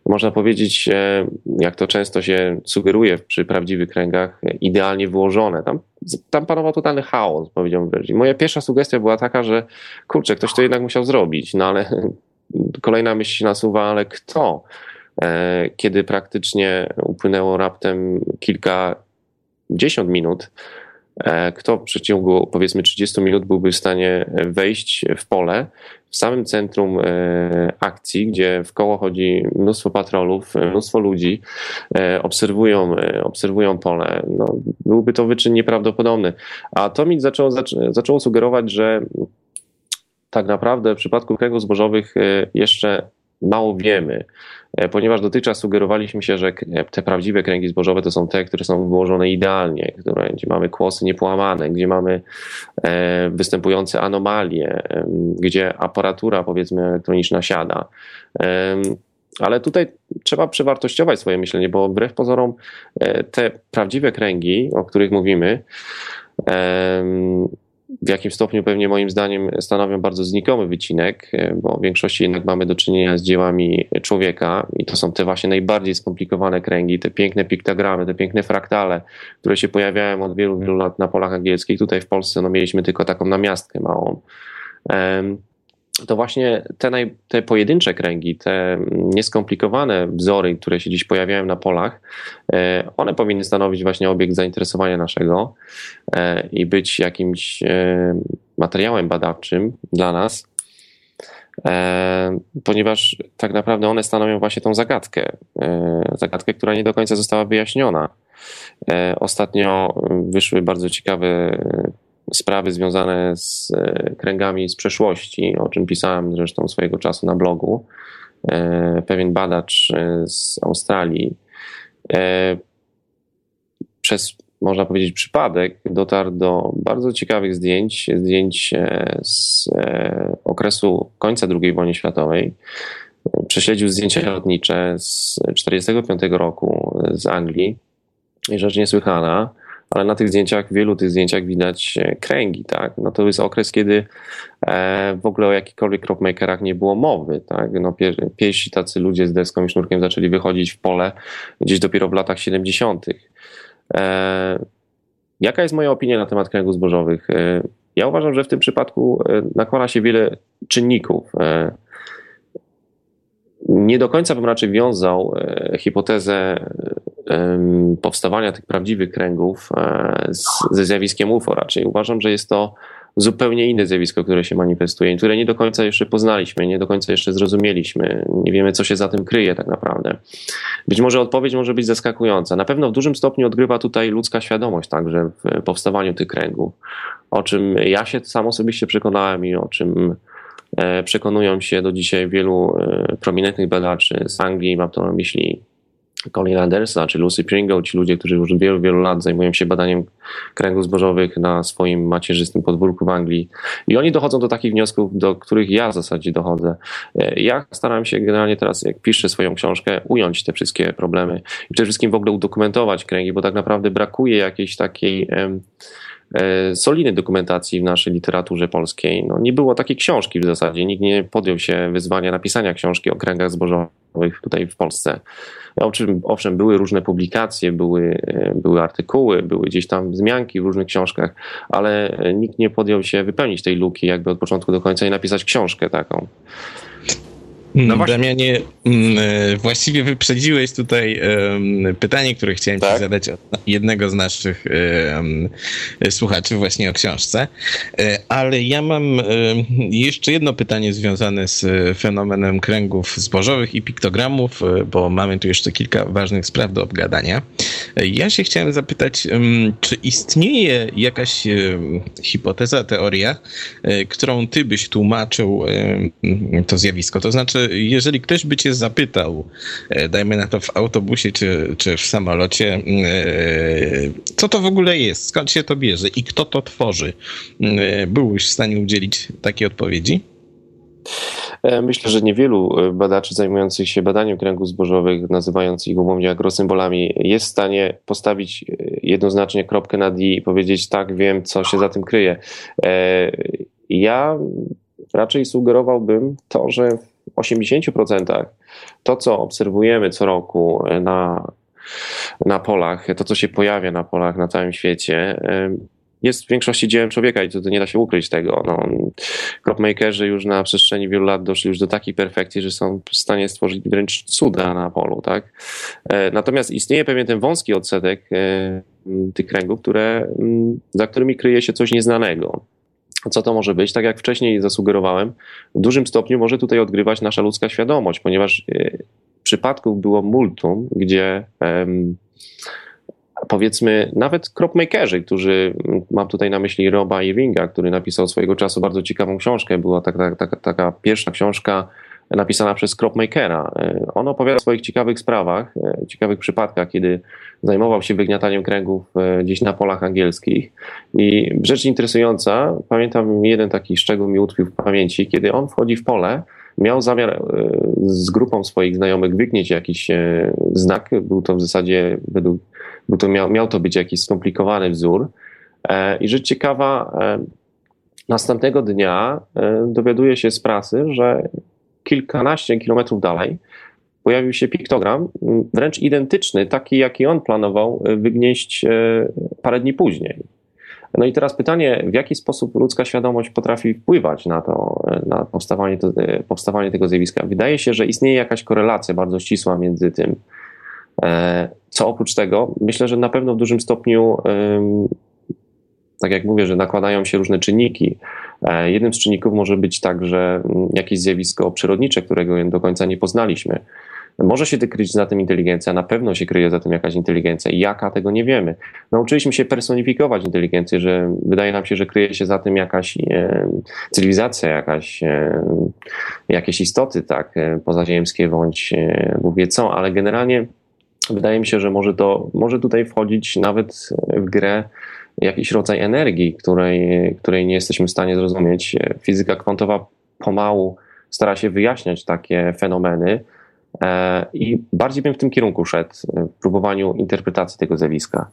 można powiedzieć, jak to często się sugeruje przy prawdziwych kręgach, idealnie wyłożone. Tam, tam panował totalny chaos, powiedziałbym wręcz. I moja pierwsza sugestia była taka, że kurczę, ktoś to jednak musiał zrobić, no ale kolejna myśl się nasuwa, ale kto? Kiedy praktycznie upłynęło raptem kilkadziesiąt minut, kto w przeciągu powiedzmy trzydziestu minut byłby w stanie wejść w pole w samym centrum akcji, gdzie w koło chodzi mnóstwo patrolów, mnóstwo ludzi, obserwują, obserwują pole. No, byłby to wyczyn nieprawdopodobny. A to mi zaczęło, zaczęło sugerować, że tak naprawdę w przypadku kręgów zbożowych jeszcze mało wiemy, ponieważ dotychczas sugerowaliśmy się, że te prawdziwe kręgi zbożowe to są te, które są wyłożone idealnie, które, gdzie mamy kłosy niepołamane, gdzie mamy występujące anomalie, gdzie aparatura powiedzmy elektroniczna siada. Ale tutaj trzeba przewartościować swoje myślenie, bo wbrew pozorom te prawdziwe kręgi, o których mówimy, w jakim stopniu pewnie moim zdaniem stanowią bardzo znikomy wycinek, bo w większości jednak mamy do czynienia z dziełami człowieka i to są te właśnie najbardziej skomplikowane kręgi, te piękne piktogramy, te piękne fraktale, które się pojawiają od wielu, wielu lat na polach angielskich. Tutaj w Polsce no, mieliśmy tylko taką namiastkę małą. To właśnie te, naj, te pojedyncze kręgi, te nieskomplikowane wzory, które się dziś pojawiają na polach, one powinny stanowić właśnie obiekt zainteresowania naszego i być jakimś materiałem badawczym dla nas, ponieważ tak naprawdę one stanowią właśnie tą zagadkę, zagadkę, która nie do końca została wyjaśniona. Ostatnio wyszły bardzo ciekawe sprawy związane z kręgami z przeszłości, o czym pisałem zresztą swojego czasu na blogu. Pewien badacz z Australii przez, można powiedzieć, przypadek dotarł do bardzo ciekawych zdjęć, zdjęć z okresu końca drugiej wojny światowej. Prześledził zdjęcia lotnicze z tysiąc dziewięćset czterdziestego piątego roku z Anglii. I rzecz niesłychana, ale na tych zdjęciach, w wielu tych zdjęciach widać kręgi, tak? No to jest okres, kiedy w ogóle o jakichkolwiek cropmakerach nie było mowy, tak? No pierwsi tacy ludzie z deską i sznurkiem zaczęli wychodzić w pole gdzieś dopiero w latach siedemdziesiątych. Jaka jest moja opinia na temat kręgów zbożowych? Ja uważam, że w tym przypadku nakłada się wiele czynników. Nie do końca bym raczej wiązał hipotezę powstawania tych prawdziwych kręgów z, ze zjawiskiem U F O. Raczej uważam, że jest to zupełnie inne zjawisko, które się manifestuje, które nie do końca jeszcze poznaliśmy, nie do końca jeszcze zrozumieliśmy. Nie wiemy, co się za tym kryje tak naprawdę. Być może odpowiedź może być zaskakująca. Na pewno w dużym stopniu odgrywa tutaj ludzka świadomość także w powstawaniu tych kręgów, o czym ja się sam osobiście przekonałem i o czym przekonują się do dzisiaj wielu prominentnych badaczy z Anglii, mam to na myśli Colin Andersa czy Lucy Pringle, ci ludzie, którzy już wielu, wielu lat zajmują się badaniem kręgów zbożowych na swoim macierzystym podwórku w Anglii. I oni dochodzą do takich wniosków, do których ja w zasadzie dochodzę. Ja staram się generalnie teraz, jak piszę swoją książkę, ująć te wszystkie problemy i przede wszystkim w ogóle udokumentować kręgi, bo tak naprawdę brakuje jakiejś takiej solidnej dokumentacji w naszej literaturze polskiej. No, nie było takiej książki w zasadzie. Nikt nie podjął się wyzwania napisania książki o kręgach zbożowych tutaj w Polsce. Owszem, owszem, były różne publikacje, były, były artykuły, były gdzieś tam wzmianki w różnych książkach, ale nikt nie podjął się wypełnić tej luki jakby od początku do końca i napisać książkę taką. No Damianie, właściwie wyprzedziłeś tutaj pytanie, które chciałem tak? ci zadać od jednego z naszych słuchaczy właśnie o książce, ale ja mam jeszcze jedno pytanie związane z fenomenem kręgów zbożowych i piktogramów, bo mamy tu jeszcze kilka ważnych spraw do obgadania. Ja się chciałem zapytać, czy istnieje jakaś hipoteza, teoria, którą ty byś tłumaczył to zjawisko? To znaczy, jeżeli ktoś by cię zapytał, dajmy na to w autobusie czy, czy w samolocie, co to w ogóle jest, skąd się to bierze i kto to tworzy, byłbyś w stanie udzielić takiej odpowiedzi? Myślę, że niewielu badaczy zajmujących się badaniem kręgów zbożowych, nazywających ich umownie agrosymbolami, jest w stanie postawić jednoznacznie kropkę nad i i powiedzieć, tak, wiem, co się za tym kryje. Ja raczej sugerowałbym to, że osiemdziesiąt procent to, co obserwujemy co roku na, na polach, to, co się pojawia na polach na całym świecie, jest w większości dziełem człowieka i to, to nie da się ukryć tego. No, cropmakerzy już na przestrzeni wielu lat doszli już do takiej perfekcji, że są w stanie stworzyć wręcz cuda na polu, tak? Natomiast istnieje pewien ten wąski odsetek tych kręgów, które, za którymi kryje się coś nieznanego. Co to może być? Tak jak wcześniej zasugerowałem, w dużym stopniu może tutaj odgrywać nasza ludzka świadomość, ponieważ przypadków było multum, gdzie powiedzmy nawet cropmakerzy, którzy, mam tutaj na myśli Roba Irvinga, który napisał swojego czasu bardzo ciekawą książkę, była taka, taka, taka pierwsza książka napisana przez cropmakera. On opowiada o swoich ciekawych sprawach, ciekawych przypadkach, kiedy zajmował się wygniataniem kręgów gdzieś na polach angielskich. I rzecz interesująca, pamiętam jeden taki szczegół mi utkwił w pamięci, kiedy on wchodzi w pole, miał zamiar z grupą swoich znajomych wygnieść jakiś znak, był to w zasadzie według, był to, miał, miał to być jakiś skomplikowany wzór. I rzecz ciekawa, następnego dnia dowiaduje się z prasy, że kilkanaście kilometrów dalej pojawił się piktogram, wręcz identyczny, taki jaki on planował wygnieść parę dni później. No i teraz pytanie, w jaki sposób ludzka świadomość potrafi wpływać na to, na powstawanie, to, powstawanie tego zjawiska. Wydaje się, że istnieje jakaś korelacja bardzo ścisła między tym, co oprócz tego, myślę, że na pewno w dużym stopniu, tak jak mówię, że nakładają się różne czynniki. Jednym z czynników może być także jakieś zjawisko przyrodnicze, którego do końca nie poznaliśmy. Może się kryć za tym inteligencja, na pewno się kryje za tym jakaś inteligencja. Jaka, tego nie wiemy. Nauczyliśmy się personifikować inteligencję, że wydaje nam się, że kryje się za tym jakaś e, cywilizacja, jakaś, e, jakieś istoty, tak, e, pozaziemskie bądź e, mówię co, ale generalnie wydaje mi się, że może to, może tutaj wchodzić nawet w grę jakiś rodzaj energii, której, której nie jesteśmy w stanie zrozumieć. Fizyka kwantowa pomału stara się wyjaśniać takie fenomeny i bardziej bym w tym kierunku szedł, w próbowaniu interpretacji tego zjawiska.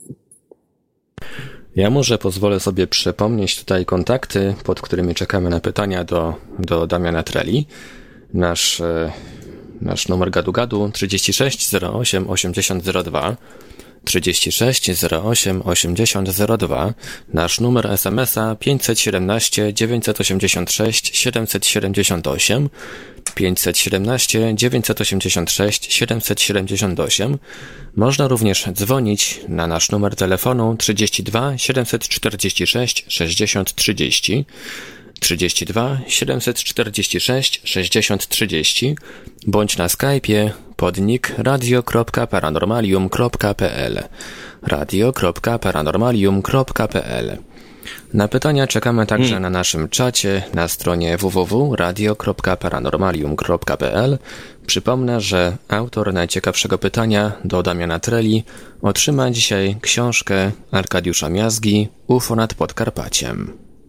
Ja może pozwolę sobie przypomnieć tutaj kontakty, pod którymi czekamy na pytania do, do Damiana Treli. Nasz, nasz numer gadu-gadu trzydzieści sześć zero osiem osiemdziesiąt zero dwa, trzydzieści sześć zero osiem osiemdziesiąt zero dwa, nasz numer es em es a pięć jeden siedem dziewięć osiem sześć siedem siedem osiem, pięć jeden siedem dziewięć osiem sześć siedem siedem osiem. Można również dzwonić na nasz numer telefonu trzydzieści dwa siedemset czterdzieści sześć sześćdziesiąt trzydzieści, trzydzieści dwa siedemset czterdzieści sześć sześćdziesiąt trzydzieści, bądź na Skype'ie pod nick radio kropka paranormalium kropka p l, radio kropka paranormalium kropka p l. Na pytania czekamy także hmm. na naszym czacie na stronie w w w kropka radio kropka paranormalium kropka p l. Przypomnę, że autor najciekawszego pytania do Damiana Treli otrzyma dzisiaj książkę Arkadiusza Miazgi U F O nad Podkarpaciem.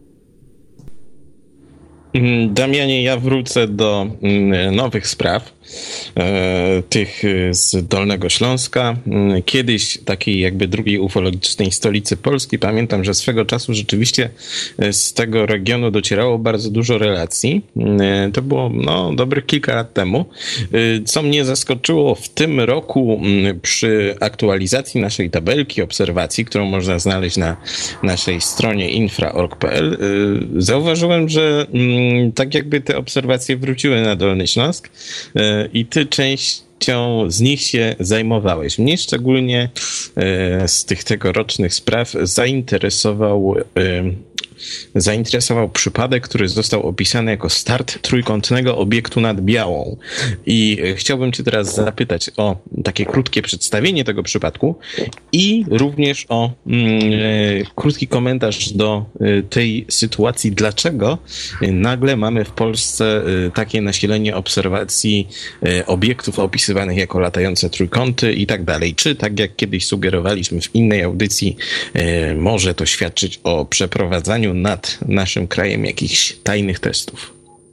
Damianie, ja wrócę do nowych spraw, tych z Dolnego Śląska. Kiedyś takiej jakby drugiej ufologicznej stolicy Polski. Pamiętam, że swego czasu rzeczywiście z tego regionu docierało bardzo dużo relacji. To było no, dobrych kilka lat temu. Co mnie zaskoczyło w tym roku przy aktualizacji naszej tabelki obserwacji, którą można znaleźć na naszej stronie infra kropka org kropka p l, zauważyłem, że tak jakby te obserwacje wróciły na Dolny Śląsk i ty częścią z nich się zajmowałeś. Mnie szczególnie z tych tegorocznych spraw zainteresował zainteresował przypadek, który został opisany jako start trójkątnego obiektu nad Białą. I chciałbym cię teraz zapytać o takie krótkie przedstawienie tego przypadku i również o mm, krótki komentarz do tej sytuacji. Dlaczego nagle mamy w Polsce takie nasilenie obserwacji obiektów opisywanych jako latające trójkąty i tak dalej? Czy tak jak kiedyś sugerowaliśmy w innej audycji, może to świadczyć o przeprowadzaniu nad naszym krajem jakichś tajnych testów?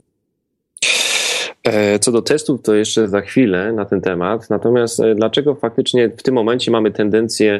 Co do testów, to jeszcze za chwilę na ten temat. Natomiast dlaczego faktycznie w tym momencie mamy tendencję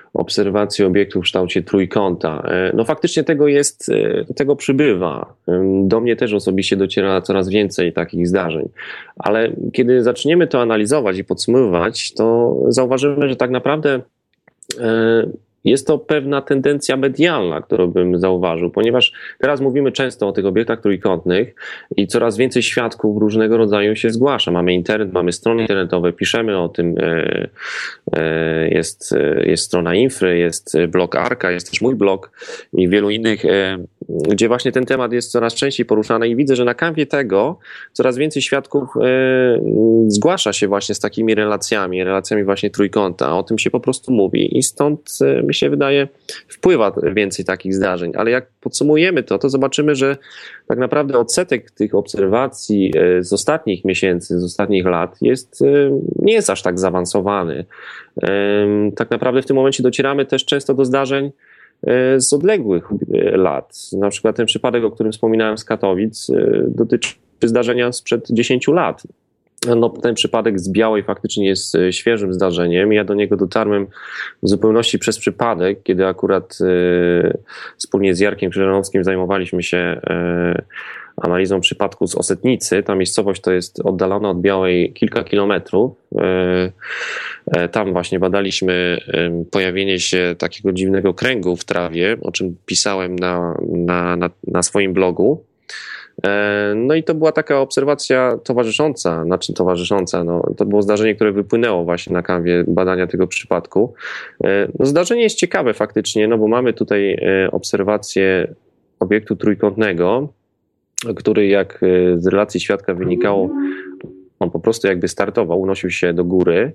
obserwacji obiektu w kształcie trójkąta. No faktycznie tego jest, tego przybywa. Do mnie też osobiście dociera coraz więcej takich zdarzeń. Ale kiedy zaczniemy to analizować i podsumowywać, to zauważymy, że tak naprawdę jest to pewna tendencja medialna, którą bym zauważył, ponieważ teraz mówimy często o tych obiektach trójkątnych i coraz więcej świadków różnego rodzaju się zgłasza. Mamy internet, mamy strony internetowe, piszemy o tym, jest, jest strona Infry, jest blog Arka, jest też mój blog i wielu innych, gdzie właśnie ten temat jest coraz częściej poruszany i widzę, że na kanwie tego coraz więcej świadków zgłasza się właśnie z takimi relacjami, relacjami właśnie trójkąta. O tym się po prostu mówi i stąd mi się wydaje wpływa więcej takich zdarzeń. Ale jak podsumujemy to, to zobaczymy, że tak naprawdę odsetek tych obserwacji z ostatnich miesięcy, z ostatnich lat jest, nie jest aż tak zaawansowany. Tak naprawdę w tym momencie docieramy też często do zdarzeń z odległych lat. Na przykład ten przypadek, o którym wspominałem z Katowic, dotyczy zdarzenia sprzed dziesięciu lat. No, ten przypadek z Białej faktycznie jest świeżym zdarzeniem. Ja do niego dotarłem w zupełności przez przypadek, kiedy akurat y, wspólnie z Jarkiem Krzyżanowskim zajmowaliśmy się y, analizą przypadku z Osetnicy. Ta miejscowość to jest oddalona od Białej kilka kilometrów. Y, y, tam właśnie badaliśmy y, pojawienie się takiego dziwnego kręgu w trawie, o czym pisałem na, na, na, na swoim blogu. No i to była taka obserwacja towarzysząca, znaczy towarzysząca, no, to było zdarzenie, które wypłynęło właśnie na kanwie badania tego przypadku. No, zdarzenie jest ciekawe faktycznie, no bo mamy tutaj obserwację obiektu trójkątnego, który jak z relacji świadka wynikało, on po prostu jakby startował, unosił się do góry.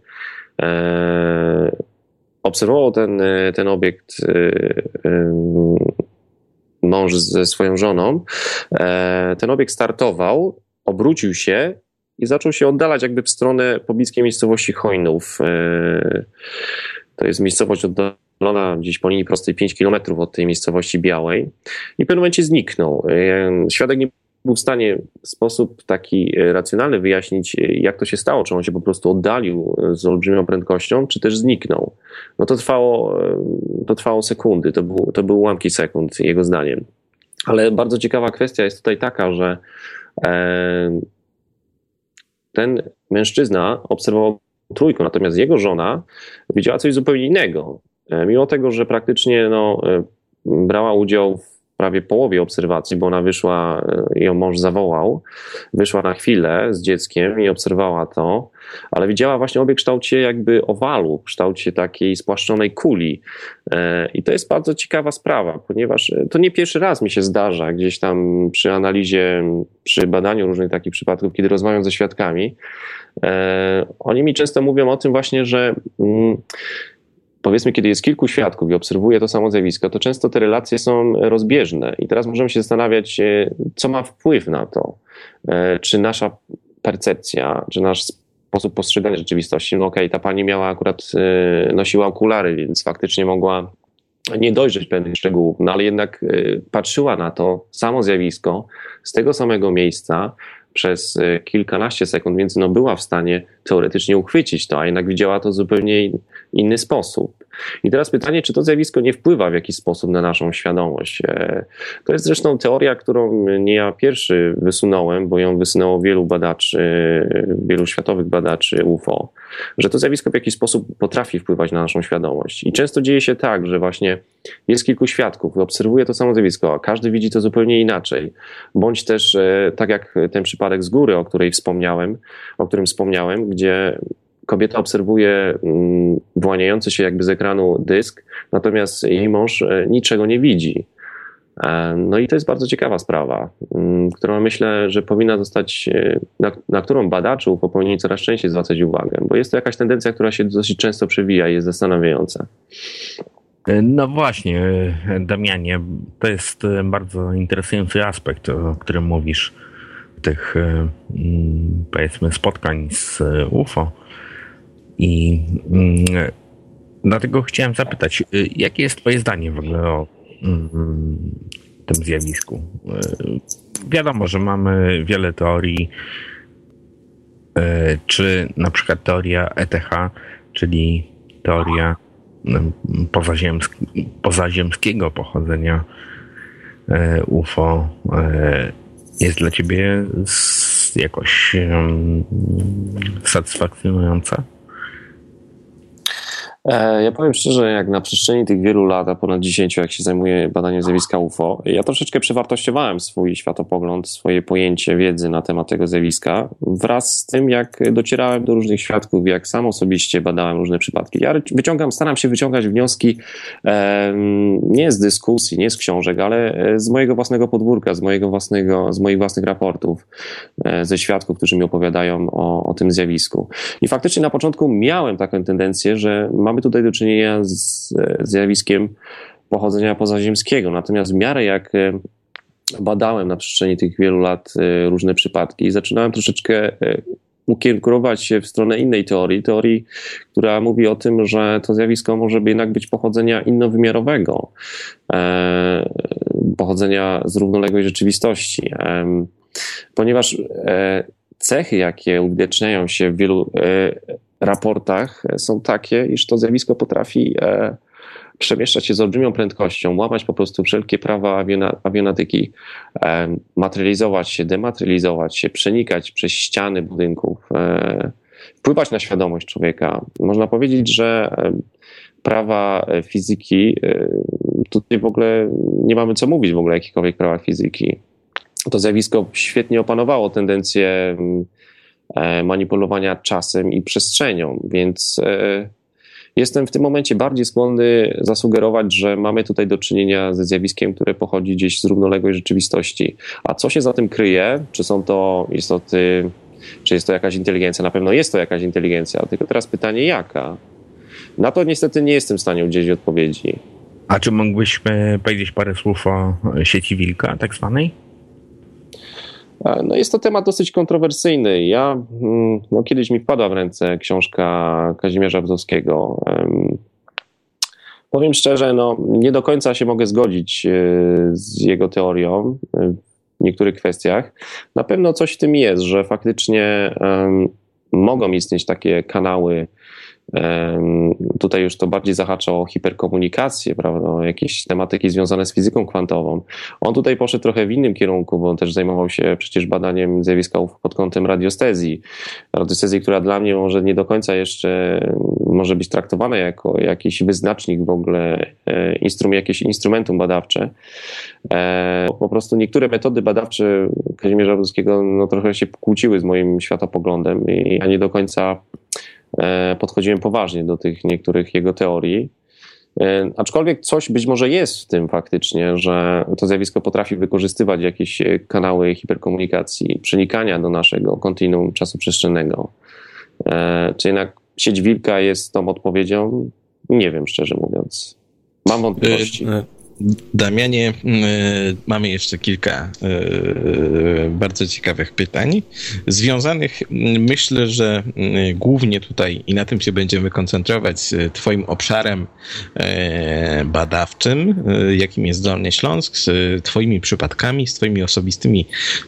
Obserwował ten, ten obiekt mąż ze swoją żoną. Ten obiekt startował, obrócił się i zaczął się oddalać jakby w stronę pobliskiej miejscowości Chojnów. To jest miejscowość oddalona gdzieś po linii prostej pięć kilometrów od tej miejscowości Białej i w pewnym momencie zniknął. Świadek nie był w stanie w sposób taki racjonalny wyjaśnić, jak to się stało, czy on się po prostu oddalił z olbrzymią prędkością, czy też zniknął. No to trwało, to trwało sekundy, to, był, to były ułamki sekund, jego zdaniem. Ale bardzo ciekawa kwestia jest tutaj taka, że e, ten mężczyzna obserwował trójkąt, natomiast jego żona widziała coś zupełnie innego. E, mimo tego, że praktycznie no, e, brała udział w prawie połowie obserwacji, bo ona wyszła, ją mąż zawołał, wyszła na chwilę z dzieckiem i obserwowała to, ale widziała właśnie obiekt w kształcie jakby owalu, w kształcie takiej spłaszczonej kuli. I to jest bardzo ciekawa sprawa, ponieważ to nie pierwszy raz mi się zdarza gdzieś tam przy analizie, przy badaniu różnych takich przypadków, kiedy rozmawiam ze świadkami, oni mi często mówią o tym właśnie, że powiedzmy, kiedy jest kilku świadków i obserwuje to samo zjawisko, to często te relacje są rozbieżne i teraz możemy się zastanawiać, co ma wpływ na to. Czy nasza percepcja, czy nasz sposób postrzegania rzeczywistości, no okej, okay, ta pani miała akurat, nosiła okulary, więc faktycznie mogła nie dojrzeć pewnych szczegółów, no ale jednak patrzyła na to samo zjawisko z tego samego miejsca przez kilkanaście sekund, więc no była w stanie teoretycznie uchwycić to, a jednak widziała to w zupełnie inny sposób. I teraz pytanie, czy to zjawisko nie wpływa w jakiś sposób na naszą świadomość? To jest zresztą teoria, którą nie ja pierwszy wysunąłem, bo ją wysunęło wielu badaczy, wielu światowych badaczy U F O, że to zjawisko w jakiś sposób potrafi wpływać na naszą świadomość. I często dzieje się tak, że właśnie jest kilku świadków, obserwuje to samo zjawisko, a każdy widzi to zupełnie inaczej. Bądź też tak jak ten przypadek z góry, o której wspomniałem, o którym wspomniałem, gdzie kobieta obserwuje wyłaniający się jakby z ekranu dysk, natomiast jej mąż niczego nie widzi. No i to jest bardzo ciekawa sprawa, którą myślę, że powinna zostać, na, na którą badacze U F O powinni coraz częściej zwracać uwagę, bo jest to jakaś tendencja, która się dosyć często przewija i jest zastanawiająca. No właśnie, Damianie, to jest bardzo interesujący aspekt, o którym mówisz, tych powiedzmy spotkań z U F O. I mm, dlatego chciałem zapytać, jakie jest twoje zdanie w ogóle o mm, tym zjawisku? Wiadomo, że mamy wiele teorii, czy na przykład teoria E T H, czyli teoria pozaziemski, pozaziemskiego pochodzenia U F O jest dla ciebie jakoś satysfakcjonująca? Ja powiem szczerze, jak na przestrzeni tych wielu lat, a ponad dziesięciu, jak się zajmuję badaniem zjawiska U F O, ja troszeczkę przewartościowałem swój światopogląd, swoje pojęcie wiedzy na temat tego zjawiska wraz z tym, jak docierałem do różnych świadków, jak sam osobiście badałem różne przypadki. Ja wyciągam, staram się wyciągać wnioski e, nie z dyskusji, nie z książek, ale z mojego własnego podwórka, z mojego własnego, z moich własnych raportów, e, ze świadków, którzy mi opowiadają o, o tym zjawisku. I faktycznie na początku miałem taką tendencję, że mam Mamy tutaj do czynienia z zjawiskiem pochodzenia pozaziemskiego. Natomiast w miarę jak badałem na przestrzeni tych wielu lat różne przypadki, zaczynałem troszeczkę ukierunkować się w stronę innej teorii, teorii, która mówi o tym, że to zjawisko może jednak być pochodzenia innowymiarowego, pochodzenia z równoległej rzeczywistości. Ponieważ cechy, jakie uwidaczniają się w wielu raportach, są takie, iż to zjawisko potrafi e, przemieszczać się z olbrzymią prędkością, łamać po prostu wszelkie prawa awiona, awionatyki, e, materializować się, dematerializować się, przenikać przez ściany budynków, e, wpływać na świadomość człowieka. Można powiedzieć, że e, prawa fizyki, e, tutaj w ogóle nie mamy co mówić w ogóle o jakichkolwiek prawach fizyki. To zjawisko świetnie opanowało tendencję manipulowania czasem i przestrzenią, więc jestem w tym momencie bardziej skłonny zasugerować, że mamy tutaj do czynienia ze zjawiskiem, które pochodzi gdzieś z równoległej rzeczywistości. A co się za tym kryje? Czy są to istoty, czy jest to jakaś inteligencja? Na pewno jest to jakaś inteligencja, tylko teraz pytanie jaka? Na to niestety nie jestem w stanie udzielić odpowiedzi. A czy mógłbyś powiedzieć parę słów o sieci Wilka tak zwanej? No jest to temat dosyć kontrowersyjny. Ja, no kiedyś mi wpadła w ręce książka Kazimierza Bzowskiego. Powiem szczerze, no nie do końca się mogę zgodzić z jego teorią w niektórych kwestiach. Na pewno coś w tym jest, że faktycznie um, mogą istnieć takie kanały. Tutaj już to bardziej zahacza o hiperkomunikację, prawda, o jakieś tematyki związane z fizyką kwantową. On tutaj poszedł trochę w innym kierunku, bo on też zajmował się przecież badaniem zjawiska U F O pod kątem radiostezji. Radiostezji, która dla mnie może nie do końca jeszcze może być traktowana jako jakiś wyznacznik w ogóle, instrum, jakieś instrumentum badawcze. Po prostu niektóre metody badawcze Kazimierza Bzowskiego no, trochę się kłóciły z moim światopoglądem i ja nie do końca podchodziłem poważnie do tych niektórych jego teorii. Aczkolwiek coś być może jest w tym faktycznie, że to zjawisko potrafi wykorzystywać jakieś kanały hiperkomunikacji, przenikania do naszego kontinuum czasoprzestrzennego. Czy jednak sieć Wilka jest tą odpowiedzią? Nie wiem, szczerze mówiąc. Mam wątpliwości. Damianie, mamy jeszcze kilka bardzo ciekawych pytań, związanych, myślę, że głównie tutaj i na tym się będziemy koncentrować, z twoim obszarem badawczym, jakim jest Dolny Śląsk, z twoimi przypadkami, z twoimi osobistymi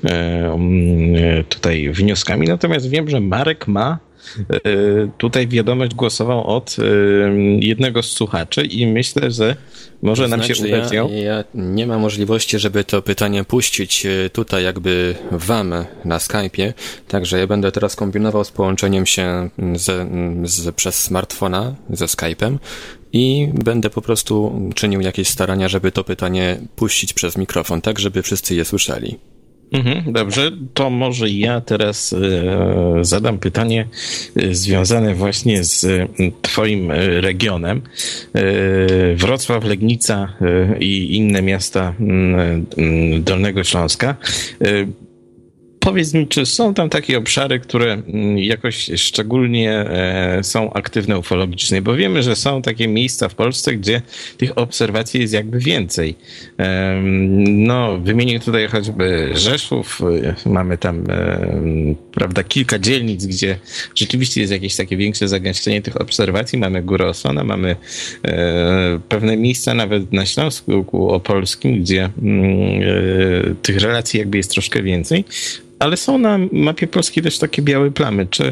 tutaj wnioskami. Natomiast wiem, że Marek ma tutaj wiadomość głosową od jednego z słuchaczy i myślę, że może to nam znaczy, się udać ją. Ja, ja nie ma możliwości, żeby to pytanie puścić tutaj jakby wam na Skype'ie, także ja będę teraz kombinował z połączeniem się z, z, przez smartfona ze Skype'em i będę po prostu czynił jakieś starania, żeby to pytanie puścić przez mikrofon, tak żeby wszyscy je słyszeli. Mhm, dobrze, to może ja teraz e, zadam pytanie e, związane właśnie z e, twoim regionem. E, Wrocław, Legnica e, i inne miasta e, Dolnego Śląska. E, Powiedz mi, czy są tam takie obszary, które jakoś szczególnie są aktywne ufologicznie? Bo wiemy, że są takie miejsca w Polsce, gdzie tych obserwacji jest jakby więcej. No, wymienię tutaj choćby Rzeszów. Mamy tam, prawda, kilka dzielnic, gdzie rzeczywiście jest jakieś takie większe zagęszczenie tych obserwacji. Mamy Górę Osona, mamy pewne miejsca nawet na Śląsku Opolskim, gdzie tych relacji jakby jest troszkę więcej. ale są na mapie Polski też takie białe plamy. Czy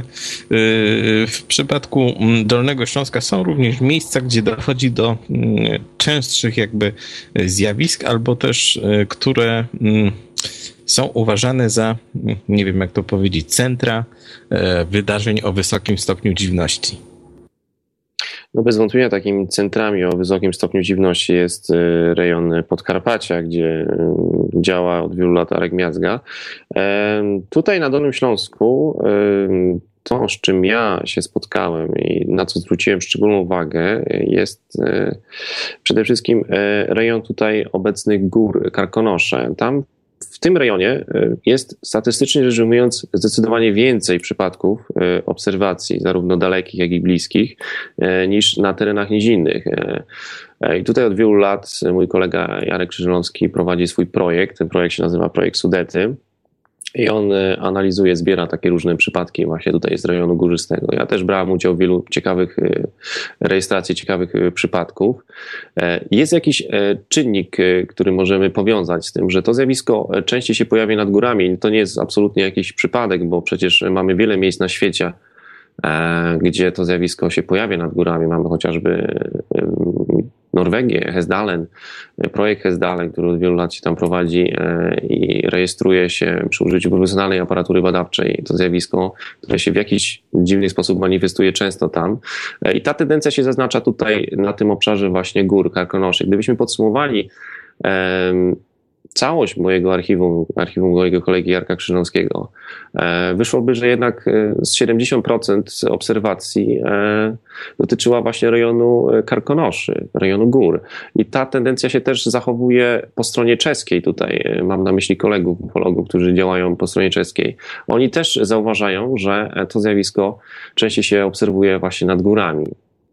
w przypadku Dolnego Śląska są również miejsca, gdzie dochodzi do częstszych jakby zjawisk, albo też które są uważane za, nie wiem jak to powiedzieć, centra wydarzeń o wysokim stopniu dziwności? No bez wątpienia takimi centrami o wysokim stopniu dziwności jest rejon Podkarpacia, gdzie działa od wielu lat Arek Miazga. Tutaj na Dolnym Śląsku to, z czym ja się spotkałem i na co zwróciłem szczególną uwagę, jest przede wszystkim rejon tutaj obecnych gór Karkonosze. Tam w tym rejonie jest statystycznie rzecz ujmując zdecydowanie więcej przypadków obserwacji, zarówno dalekich, jak i bliskich, niż na terenach nizinnych. I tutaj od wielu lat mój kolega Jarek Krzyżanowski prowadzi swój projekt. Ten projekt się nazywa Projekt Sudety. I on analizuje, zbiera takie różne przypadki właśnie tutaj z rejonu górzystego. Ja też brałem udział w wielu ciekawych rejestracji, ciekawych przypadków. Jest jakiś czynnik, który możemy powiązać z tym, że to zjawisko częściej się pojawia nad górami. To nie jest absolutnie jakiś przypadek, bo przecież mamy wiele miejsc na świecie, gdzie to zjawisko się pojawia nad górami. Mamy chociażby Norwegię, Hesdalen, projekt Hesdalen, który od wielu lat się tam prowadzi i rejestruje się przy użyciu profesjonalnej aparatury badawczej to zjawisko, które się w jakiś dziwny sposób manifestuje często tam. I ta tendencja się zaznacza tutaj na tym obszarze właśnie gór Karkonoszy. Gdybyśmy podsumowali um, całość mojego archiwum, archiwum mojego kolegi Jarka Krzyżanowskiego, wyszłoby, że jednak z siedemdziesiąt procent obserwacji dotyczyła właśnie rejonu Karkonoszy, rejonu gór. I ta tendencja się też zachowuje po stronie czeskiej tutaj. Mam na myśli kolegów ufologów, którzy działają po stronie czeskiej. Oni też zauważają, że to zjawisko częściej się obserwuje właśnie nad górami.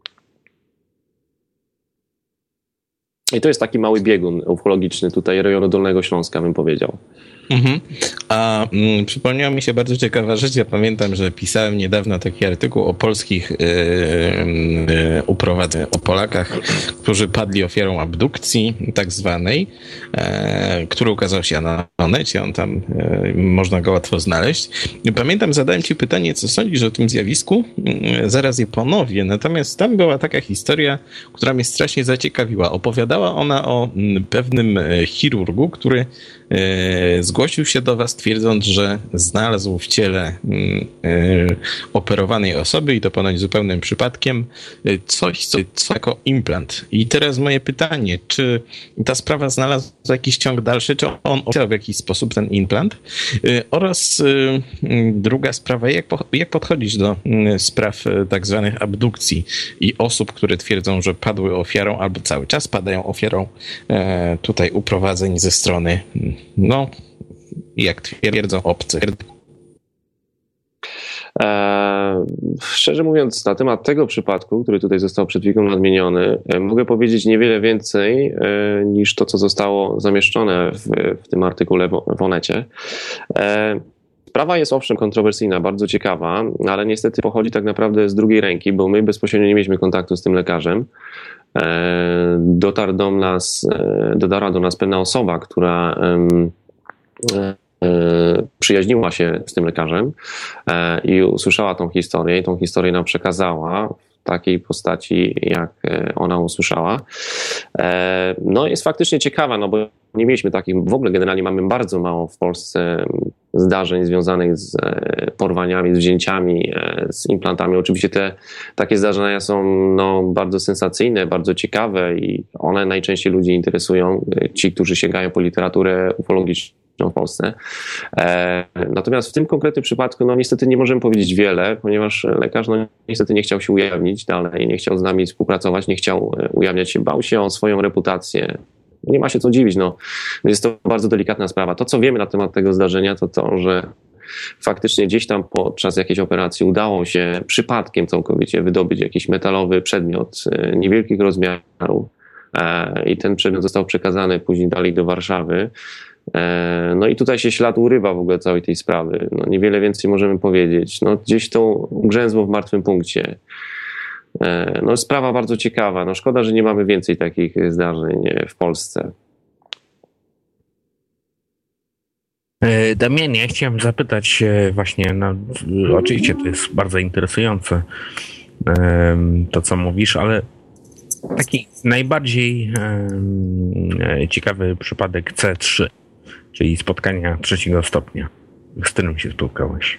I to jest taki mały biegun ufologiczny tutaj rejonu Dolnego Śląska, bym powiedział. Mhm. A mm, przypomniała mi się bardzo ciekawa rzecz. Ja pamiętam, że pisałem niedawno taki artykuł o polskich yy, yy, uprowadzeniach, o Polakach, którzy padli ofiarą abdukcji tak zwanej, yy, który ukazał się na Onecie. On tam, yy, można go łatwo znaleźć. Pamiętam, zadałem ci pytanie, co sądzisz o tym zjawisku? Yy, zaraz je ponowię. Natomiast tam była taka historia, która mnie strasznie zaciekawiła. Opowiadała ona o yy, pewnym yy, chirurgu, który Yy, zgłosił się do was, twierdząc, że znalazł w ciele yy, operowanej osoby, i to ponoć zupełnym przypadkiem, yy, coś, co, co jako implant. I teraz moje pytanie, czy ta sprawa znalazła jakiś ciąg dalszy, czy on opisał w jakiś sposób ten implant? Yy, oraz yy, druga sprawa, jak, po, jak podchodzić do yy, spraw yy, tak zwanych abdukcji i osób, które twierdzą, że padły ofiarą albo cały czas padają ofiarą yy, tutaj uprowadzeń ze strony yy, no, jak twierdzą obcy. Eee, szczerze mówiąc, na temat tego przypadku, który tutaj został przed chwilą nadmieniony, e, mogę powiedzieć niewiele więcej e, niż to, co zostało zamieszczone w, w tym artykule w, w Onecie. E, Sprawa jest owszem kontrowersyjna, bardzo ciekawa, ale niestety pochodzi tak naprawdę z drugiej ręki, bo my bezpośrednio nie mieliśmy kontaktu z tym lekarzem. E, dotarł do nas, e, dotarła do nas pewna osoba, która e, e, przyjaźniła się z tym lekarzem e, i usłyszała tą historię i tą historię nam przekazała w takiej postaci, jak ona usłyszała. E, no jest faktycznie ciekawa, no bo nie mieliśmy takich, w ogóle generalnie mamy bardzo mało w Polsce zdarzeń związanych z porwaniami, z wzięciami, z implantami. Oczywiście te takie zdarzenia są no, bardzo sensacyjne, bardzo ciekawe i one najczęściej ludzi interesują, ci, którzy sięgają po literaturę ufologiczną w Polsce. Natomiast w tym konkretnym przypadku no niestety nie możemy powiedzieć wiele, ponieważ lekarz no niestety nie chciał się ujawnić dalej, nie chciał z nami współpracować, nie chciał ujawniać się, bał się o swoją reputację. Nie ma się co dziwić, no. Jest to bardzo delikatna sprawa. To, co wiemy na temat tego zdarzenia, to to, że faktycznie gdzieś tam podczas jakiejś operacji udało się przypadkiem całkowicie wydobyć jakiś metalowy przedmiot niewielkich rozmiarów i ten przedmiot został przekazany później dalej do Warszawy. No i tutaj się ślad urywa w ogóle całej tej sprawy. No, niewiele więcej możemy powiedzieć. No, gdzieś to ugrzęzło w martwym punkcie. No, sprawa bardzo ciekawa. No, szkoda, że nie mamy więcej takich zdarzeń w Polsce. Damianie, chciałem zapytać właśnie, no, oczywiście to jest bardzo interesujące to, co mówisz, ale taki najbardziej ciekawy przypadek C trzy, czyli spotkania trzeciego stopnia. Z którym się spotkałeś?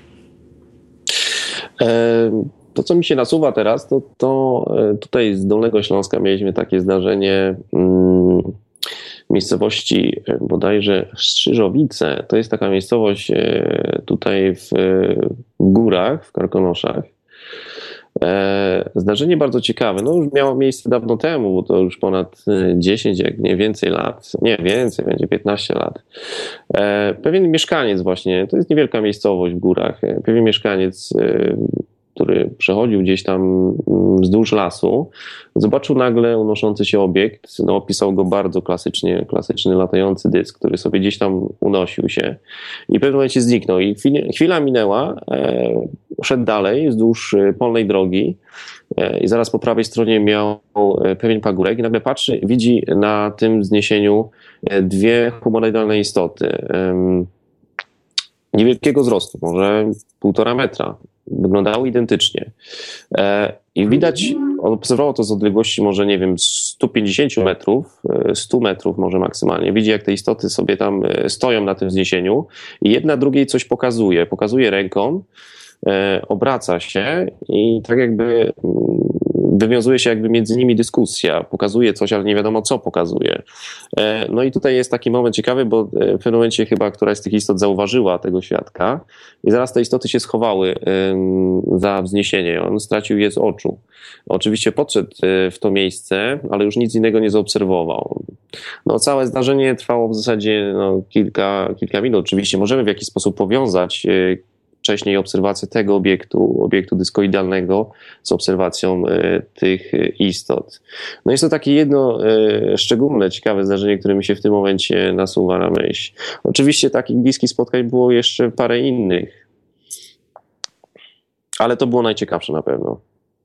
To, co mi się nasuwa teraz, to, to tutaj z Dolnego Śląska mieliśmy takie zdarzenie w miejscowości bodajże Strzyżowice. To jest taka miejscowość tutaj w górach, w Karkonoszach. Zdarzenie bardzo ciekawe. No już miało miejsce dawno temu, bo to już ponad dziesięć, jak nie więcej lat. Nie, więcej, będzie piętnaście lat. Pewien mieszkaniec właśnie, to jest niewielka miejscowość w górach, pewien mieszkaniec, który przechodził gdzieś tam wzdłuż lasu, zobaczył nagle unoszący się obiekt, no, opisał go bardzo klasycznie, klasyczny latający dysk, który sobie gdzieś tam unosił się i w pewnym momencie zniknął. I chwila minęła, e, szedł dalej wzdłuż polnej drogi e, i zaraz po prawej stronie miał pewien pagórek i nagle patrzy, widzi na tym wzniesieniu dwie humanoidalne istoty. E, niewielkiego wzrostu, może półtora metra. Wyglądały identycznie. I widać, on obserwował to z odległości może, nie wiem, sto pięćdziesiąt metrów, sto metrów może maksymalnie. Widzi, jak te istoty sobie tam stoją na tym wzniesieniu i jedna drugiej coś pokazuje. Pokazuje ręką, obraca się i tak jakby wywiązuje się jakby między nimi dyskusja. Pokazuje coś, ale nie wiadomo, co pokazuje. No i tutaj jest taki moment ciekawy, bo w pewnym momencie chyba któraś z tych istot zauważyła tego świadka i zaraz te istoty się schowały za wzniesienie. On stracił je z oczu. Oczywiście podszedł w to miejsce, ale już nic innego nie zaobserwował. No, całe zdarzenie trwało w zasadzie no, kilka, kilka minut. Oczywiście możemy w jakiś sposób powiązać wcześniej obserwację tego obiektu, obiektu dyskoidalnego z obserwacją y, tych istot. No jest to takie jedno y, szczególne, ciekawe zdarzenie, które mi się w tym momencie nasuwa na myśl. Oczywiście takich bliskich spotkań było jeszcze parę innych, ale to było najciekawsze na pewno.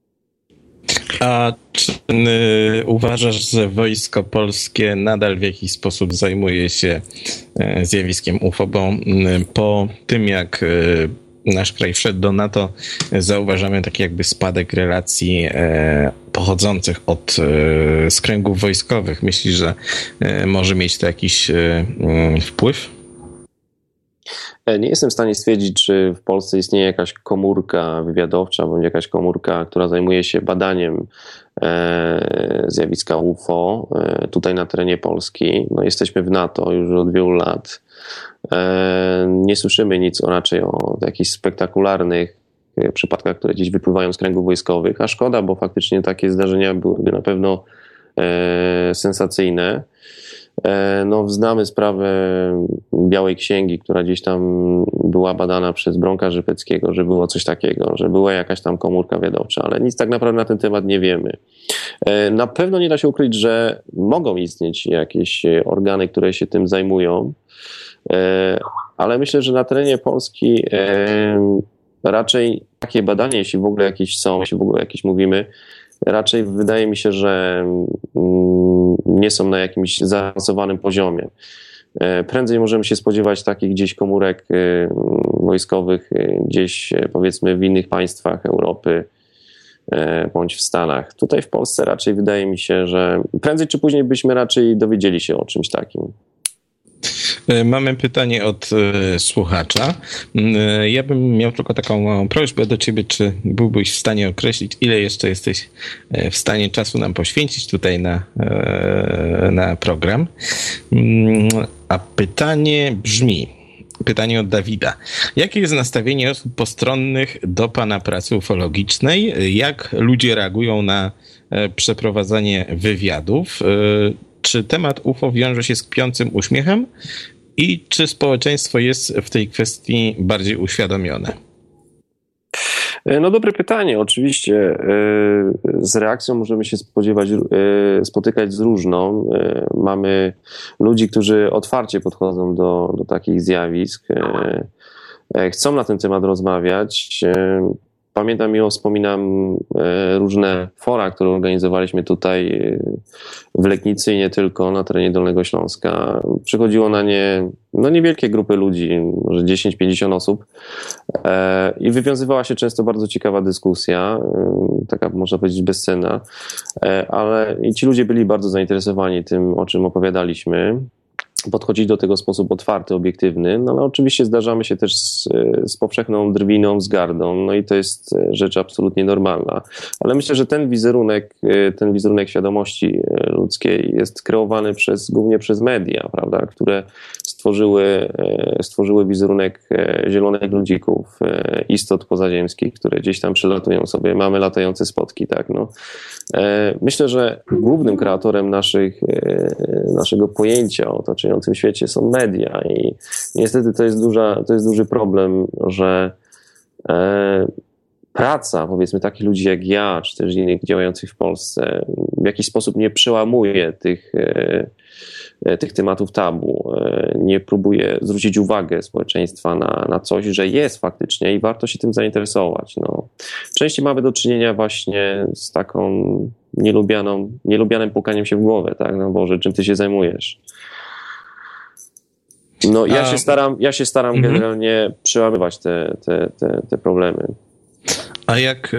A czy y, uważasz, że Wojsko Polskie nadal w jakiś sposób zajmuje się y, zjawiskiem U F O, bo y, po tym jak y, nasz kraj wszedł do NATO, zauważamy taki jakby spadek relacji e, pochodzących od e, z kręgów wojskowych. Myślisz, że e, może mieć to jakiś e, wpływ? Nie jestem w stanie stwierdzić, czy w Polsce istnieje jakaś komórka wywiadowcza, bądź jakaś komórka, która zajmuje się badaniem e, zjawiska U F O e, tutaj na terenie Polski. No, jesteśmy w NATO już od wielu lat. Nie słyszymy nic o, raczej o jakichś spektakularnych przypadkach, które gdzieś wypływają z kręgów wojskowych, a szkoda, bo faktycznie takie zdarzenia byłyby na pewno e, sensacyjne. E, no, znamy sprawę Białej Księgi, która gdzieś tam była badana przez Bronka Żypeckiego, że było coś takiego, że była jakaś tam komórka wywiadowcza, ale nic tak naprawdę na ten temat nie wiemy. E, na pewno nie da się ukryć, że mogą istnieć jakieś organy, które się tym zajmują, ale myślę, że na terenie Polski raczej takie badania, jeśli w ogóle jakieś są, jeśli w ogóle jakieś mówimy, raczej wydaje mi się, że nie są na jakimś zaawansowanym poziomie. Prędzej możemy się spodziewać takich gdzieś komórek wojskowych, gdzieś powiedzmy w innych państwach Europy bądź w Stanach. Tutaj w Polsce raczej wydaje mi się, że prędzej czy później byśmy raczej dowiedzieli się o czymś takim. Mamy pytanie od y, słuchacza. Y, ja bym miał tylko taką małą prośbę do ciebie, czy byłbyś w stanie określić, ile jeszcze jesteś w stanie czasu nam poświęcić tutaj na, y, na program. Y, a pytanie brzmi, pytanie od Dawida. Jakie jest nastawienie osób postronnych do pana pracy ufologicznej? Jak ludzie reagują na y, przeprowadzanie wywiadów? Y, Czy temat U F O wiąże się z kpiącym uśmiechem i czy społeczeństwo jest w tej kwestii bardziej uświadomione? No dobre pytanie. Oczywiście z reakcją możemy się spodziewać, spotykać z różną. Mamy ludzi, którzy otwarcie podchodzą do, do takich zjawisk, chcą na ten temat rozmawiać. pamiętam i wspominam różne fora, które organizowaliśmy tutaj w Legnicy i nie tylko, na terenie Dolnego Śląska. Przychodziło na nie no niewielkie grupy ludzi, może dziesięć pięćdziesiąt osób i wywiązywała się często bardzo ciekawa dyskusja, taka można powiedzieć bezcenna, ale i ci ludzie byli bardzo zainteresowani tym, o czym opowiadaliśmy. Podchodzić do tego w sposób otwarty, obiektywny, no ale oczywiście zdarzamy się też z, z powszechną drwiną, z gardą, no i to jest rzecz absolutnie normalna. Ale myślę, że ten wizerunek, ten wizerunek świadomości ludzkiej jest kreowany przez, głównie przez media, prawda, które stworzyły, stworzyły wizerunek zielonych ludzików, istot pozaziemskich, które gdzieś tam przylatują sobie, mamy latające spotki, tak, no. Myślę, że głównym kreatorem naszych, naszego pojęcia o otaczającym świecie są media i niestety to jest, duża, to jest duży problem, że e, praca, powiedzmy, takich ludzi jak ja, czy też innych działających w Polsce w jakiś sposób nie przełamuje tych, e, tych tematów tabu, e, nie próbuje zwrócić uwagę społeczeństwa na, na coś, że jest faktycznie i warto się tym zainteresować. No. Częściej mamy do czynienia właśnie z taką nielubianą, nielubianym pukaniem się w głowę, tak, no Boże, czym ty się zajmujesz? No ja się staram, ja się staram mhm. generalnie przełamywać te, te, te, te problemy. A jak,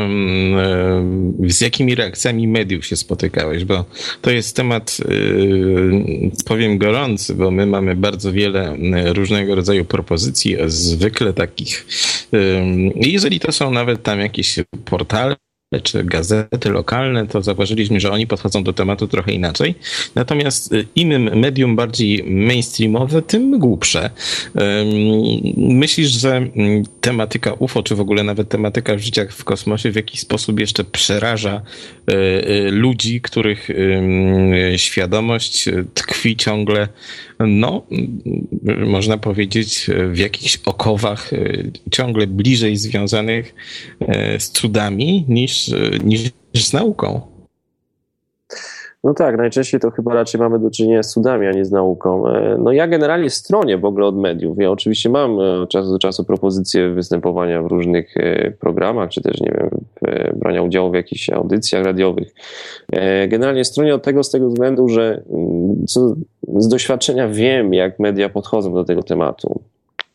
z jakimi reakcjami mediów się spotykałeś? Bo to jest temat, powiem, gorący, bo my mamy bardzo wiele różnego rodzaju propozycji, zwykle takich, jeżeli to są nawet tam jakieś portale, czy gazety lokalne, to zauważyliśmy, że oni podchodzą do tematu trochę inaczej. Natomiast im medium bardziej mainstreamowe, tym głupsze. Myślisz, że tematyka U F O, czy w ogóle nawet tematyka życia w kosmosie w jakiś sposób jeszcze przeraża ludzi, których świadomość tkwi ciągle, no, można powiedzieć, w jakichś okowach ciągle bliżej związanych z cudami niż, niż z nauką? No tak, najczęściej to chyba raczej mamy do czynienia z cudami, a nie z nauką. No ja generalnie stronię w ogóle od mediów. Ja oczywiście mam od czasu do czasu propozycje występowania w różnych programach, czy też, nie wiem, brania udziału w jakichś audycjach radiowych. Generalnie stronię od tego z tego względu, że co, z doświadczenia wiem, jak media podchodzą do tego tematu.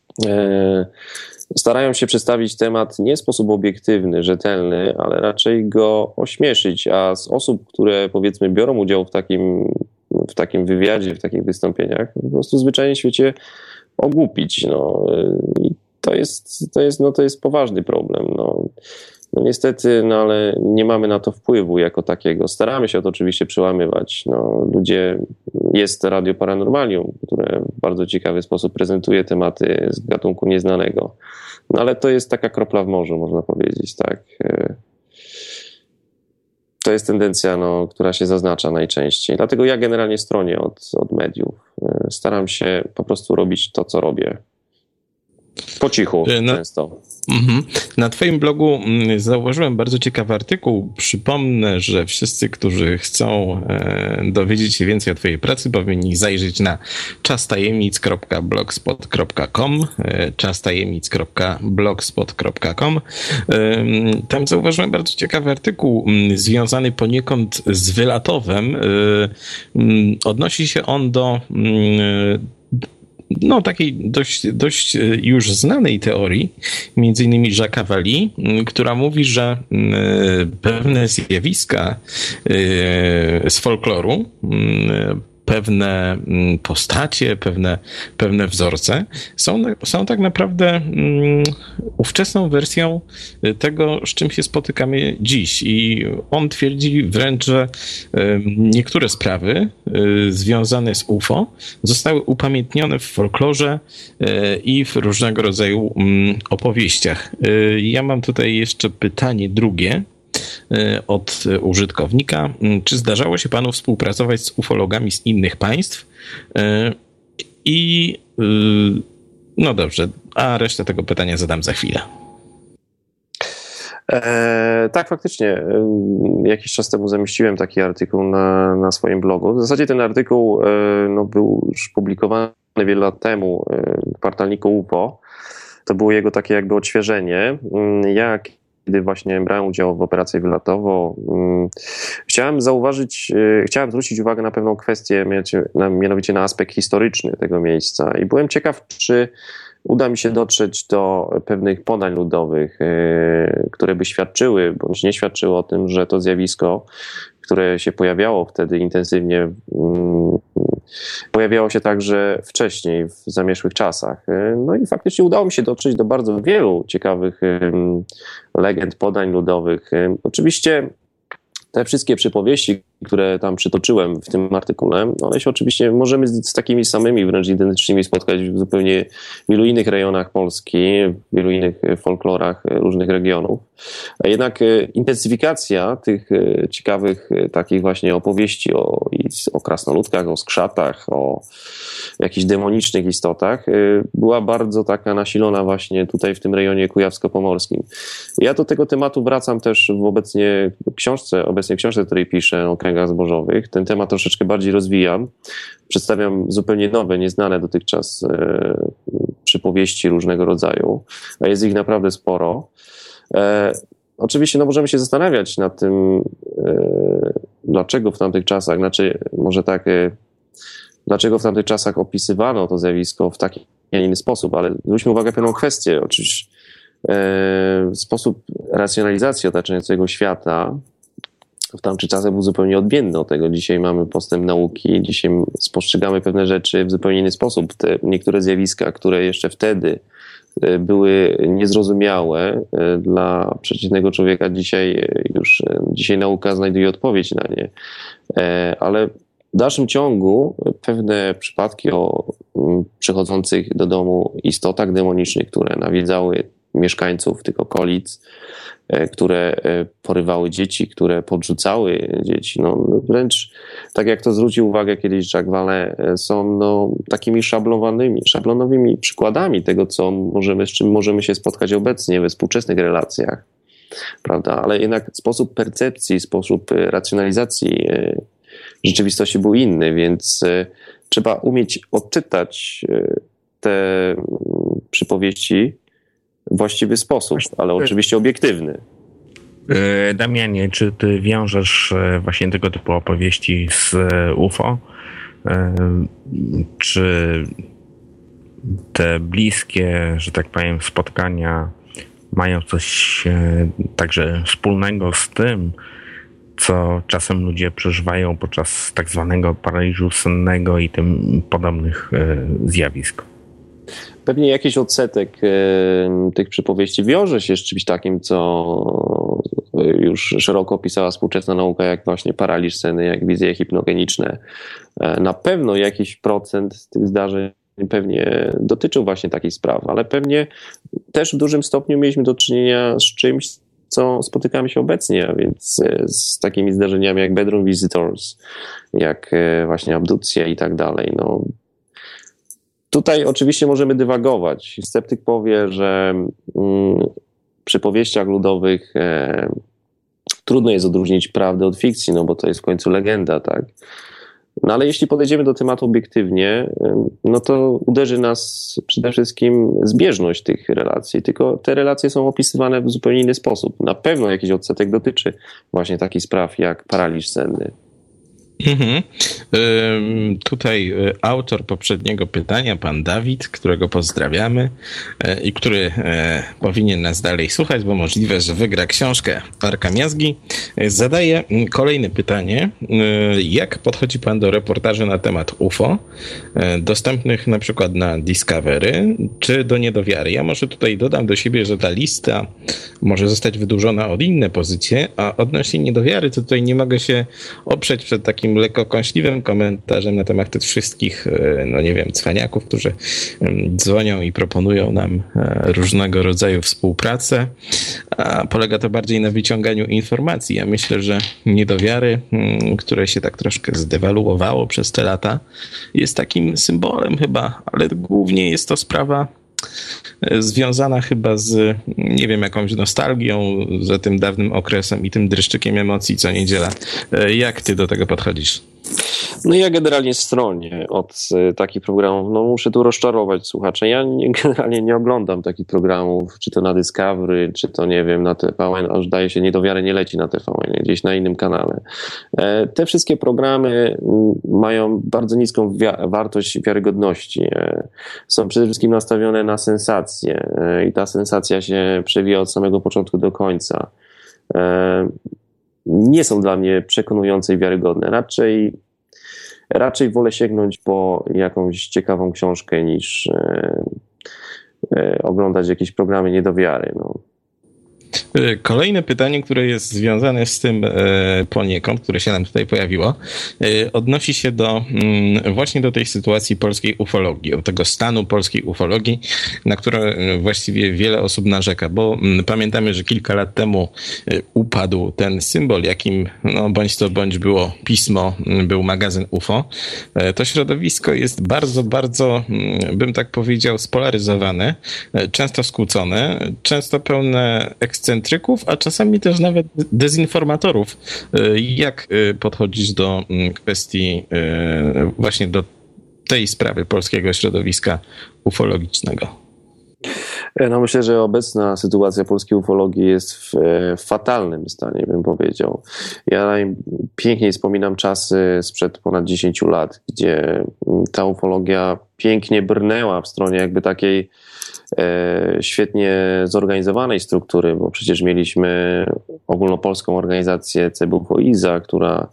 Starają się przedstawić temat nie w sposób obiektywny, rzetelny, ale raczej go ośmieszyć, a z osób, które powiedzmy biorą udział w takim, w takim wywiadzie, w takich wystąpieniach, po prostu zwyczajnie w świecie ogłupić. No. I to jest, to jest, no, to jest poważny problem. No. No niestety, no ale nie mamy na to wpływu jako takiego. Staramy się to oczywiście przełamywać. No, ludzie, jest Radio Paranormalium, które w bardzo ciekawy sposób prezentuje tematy z gatunku nieznanego. No ale to jest taka kropla w morzu, można powiedzieć, tak. To jest tendencja, no, która się zaznacza najczęściej. Dlatego ja generalnie stronię od, od mediów. Staram się po prostu robić to, co robię. Po cichu no. często. Na twoim blogu zauważyłem bardzo ciekawy artykuł. Przypomnę, że wszyscy, którzy chcą dowiedzieć się więcej o twojej pracy, powinni zajrzeć na czas tajemnic kropka blogspot kropka com czas tajemnic kropka blogspot kropka com. Tam zauważyłem bardzo ciekawy artykuł związany poniekąd z Wylatowem. Odnosi się on do no, takiej dość, dość już znanej teorii, między innymi Jacques'a Vallée, która mówi, że pewne zjawiska z folkloru, pewne postacie, pewne, pewne wzorce są, są tak naprawdę um, ówczesną wersją tego, z czym się spotykamy dziś. I on twierdzi wręcz, że um, niektóre sprawy um, związane z U F O zostały upamiętnione w folklorze um, i w różnego rodzaju um, opowieściach. Um, ja mam tutaj jeszcze pytanie drugie od użytkownika. Czy zdarzało się panu współpracować z ufologami z innych państw? I no dobrze, a resztę tego pytania zadam za chwilę. E, tak, faktycznie. Jakiś czas temu zamieściłem taki artykuł na, na swoim blogu. W zasadzie ten artykuł no, był już publikowany wiele lat temu w kwartalniku U F O. To było jego takie jakby odświeżenie. Jak kiedy właśnie brałem udział w operacji Wylatowo, chciałem zauważyć, chciałem zwrócić uwagę na pewną kwestię, mianowicie na aspekt historyczny tego miejsca i byłem ciekaw, czy uda mi się dotrzeć do pewnych podań ludowych, które by świadczyły, bądź nie świadczyły o tym, że to zjawisko, które się pojawiało wtedy intensywnie, pojawiało się także wcześniej, w zamierzchłych czasach. No i faktycznie udało mi się dotrzeć do bardzo wielu ciekawych legend, podań ludowych. Oczywiście te wszystkie przypowieści, które tam przytoczyłem w tym artykule, one się oczywiście możemy z, z takimi samymi, wręcz identycznymi spotkać w zupełnie wielu innych rejonach Polski, w wielu innych folklorach różnych regionów. A jednak intensyfikacja tych ciekawych takich właśnie opowieści o, o krasnoludkach, o skrzatach, o jakichś demonicznych istotach była bardzo taka nasilona właśnie tutaj w tym rejonie kujawsko-pomorskim. Ja do tego tematu wracam też w obecnie książce, obecnie książce, której piszę o kręgach zbożowych. Ten temat troszeczkę bardziej rozwijam. Przedstawiam zupełnie nowe, nieznane dotychczas e, przypowieści różnego rodzaju, a jest ich naprawdę sporo. E, oczywiście no, możemy się zastanawiać nad tym, e, dlaczego w tamtych czasach, znaczy może tak, e, dlaczego w tamtych czasach opisywano to zjawisko w taki, a nie inny sposób, ale zwróćmy uwagę na pewną kwestię. Oczywiście e, sposób racjonalizacji otaczającego świata w tamtych czasach był zupełnie odmienny od tego. Dzisiaj mamy postęp nauki, dzisiaj spostrzegamy pewne rzeczy w zupełnie inny sposób. Te niektóre zjawiska, które jeszcze wtedy były niezrozumiałe dla przeciętnego człowieka, dzisiaj już dzisiaj nauka znajduje odpowiedź na nie. Ale w dalszym ciągu pewne przypadki o przychodzących do domu istotach demonicznych, które nawiedzały mieszkańców tych okolic, które porywały dzieci, które podrzucały dzieci. No, wręcz, tak jak to zwrócił uwagę kiedyś Jacques Vallée, są no, takimi szablonowanymi, szablonowymi przykładami tego, co możemy, z czym możemy się spotkać obecnie we współczesnych relacjach. Prawda? Ale jednak sposób percepcji, sposób racjonalizacji rzeczywistości był inny, więc trzeba umieć odczytać te przypowieści w właściwy sposób, ale oczywiście obiektywny. Damianie, czy ty wiążesz właśnie tego typu opowieści z U F O? Czy te bliskie, że tak powiem, spotkania mają coś także wspólnego z tym, co czasem ludzie przeżywają podczas tak zwanego paraliżu sennego i tym podobnych zjawisk? Pewnie jakiś odsetek e, tych przypowieści wiąże się z czymś takim, co już szeroko opisała współczesna nauka, jak właśnie paraliż senny, jak wizje hipnogeniczne. E, na pewno jakiś procent z tych zdarzeń pewnie dotyczył właśnie takich spraw, ale pewnie też w dużym stopniu mieliśmy do czynienia z czymś, co spotykamy się obecnie, a więc z takimi zdarzeniami jak bedroom visitors, jak właśnie abdukcje i tak dalej. No, tutaj oczywiście możemy dywagować. Sceptyk powie, że mm, przy powieściach ludowych e, trudno jest odróżnić prawdę od fikcji, no bo to jest w końcu legenda, tak? No ale jeśli podejdziemy do tematu obiektywnie, no to uderzy nas przede wszystkim zbieżność tych relacji, tylko te relacje są opisywane w zupełnie inny sposób. Na pewno jakiś odsetek dotyczy właśnie takich spraw jak paraliż senny. Mhm. Ym, tutaj autor poprzedniego pytania, pan Dawid, którego pozdrawiamy yy, i który yy, powinien nas dalej słuchać, bo możliwe, że wygra książkę Arka Miazgi, yy, zadaje kolejne pytanie. Yy, jak podchodzi pan do reportaży na temat U F O, yy, dostępnych na przykład na Discovery, czy do niedowiary? Ja może tutaj dodam do siebie, że ta lista może zostać wydłużona od inne pozycje, a odnośnie niedowiary, to tutaj nie mogę się oprzeć przed takim lekko kąśliwym komentarzem na temat tych wszystkich, no nie wiem, cwaniaków, którzy dzwonią i proponują nam różnego rodzaju współpracę, a polega to bardziej na wyciąganiu informacji. Ja myślę, że niedowiary, które się tak troszkę zdewaluowało przez te lata, jest takim symbolem chyba, ale głównie jest to sprawa związana chyba z, nie wiem, jakąś nostalgią za tym dawnym okresem i tym dreszczykiem emocji co niedziela. Jak ty do tego podchodzisz? No ja generalnie stronię od y, takich programów. No muszę tu rozczarować słuchaczy. Ja nie, generalnie nie oglądam takich programów, czy to na Discovery, czy to nie wiem, na T V N, a już daje się nie do wiary, nie leci na T V N, gdzieś na innym kanale. E, te wszystkie programy mają bardzo niską wi- wartość wiarygodności. E, są przede wszystkim nastawione na sensację e, i ta sensacja się przewija od samego początku do końca. E, nie są dla mnie przekonujące i wiarygodne. Raczej Raczej wolę sięgnąć po jakąś ciekawą książkę niż e, e, oglądać jakieś programy nie do wiary. No. Kolejne pytanie, które jest związane z tym e, poniekąd, które się nam tutaj pojawiło, e, odnosi się do m, właśnie do tej sytuacji polskiej ufologii, do tego stanu polskiej ufologii, na które właściwie wiele osób narzeka, bo m, pamiętamy, że kilka lat temu e, upadł ten symbol, jakim no, bądź to bądź było pismo, m, był magazyn U F O. E, to środowisko jest bardzo, bardzo, m, bym tak powiedział, spolaryzowane, e, często skłócone, często pełne ekscentryków, a czasami też nawet dezinformatorów. Jak podchodzisz do kwestii właśnie do tej sprawy polskiego środowiska ufologicznego? No myślę, że obecna sytuacja polskiej ufologii jest w, w fatalnym stanie, bym powiedział. Ja pięknie wspominam czasy sprzed ponad dziesięciu lat, gdzie ta ufologia pięknie brnęła w stronie jakby takiej e, świetnie zorganizowanej struktury, bo przecież mieliśmy ogólnopolską organizację C B U F O I Z A, która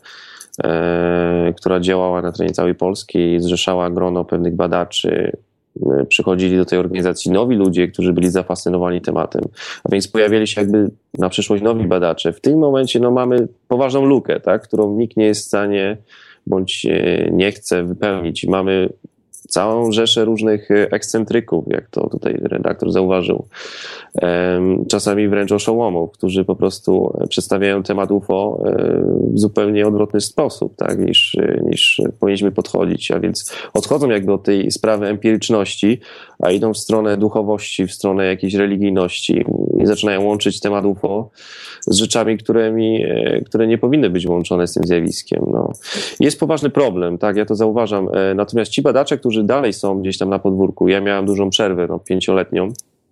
e, która działała na terenie całej Polski i zrzeszała grono pewnych badaczy. Przychodzili do tej organizacji nowi ludzie, którzy byli zafascynowani tematem, a więc pojawiali się jakby na przyszłość nowi badacze. W tym momencie no, mamy poważną lukę, tak, którą nikt nie jest w stanie bądź nie chce wypełnić. Mamy całą rzeszę różnych ekscentryków, jak to tutaj redaktor zauważył. Czasami wręcz oszołomów, którzy po prostu przedstawiają temat U F O w zupełnie odwrotny sposób, tak, niż, niż powinniśmy podchodzić. A więc odchodzą jakby od tej sprawy empiryczności, a idą w stronę duchowości, w stronę jakiejś religijności i zaczynają łączyć temat U F O z rzeczami, którymi, które nie powinny być łączone z tym zjawiskiem. No. Jest poważny problem, tak, ja to zauważam. Natomiast ci badacze, którzy dalej są gdzieś tam na podwórku, ja miałem dużą przerwę, no, pięcioletnią,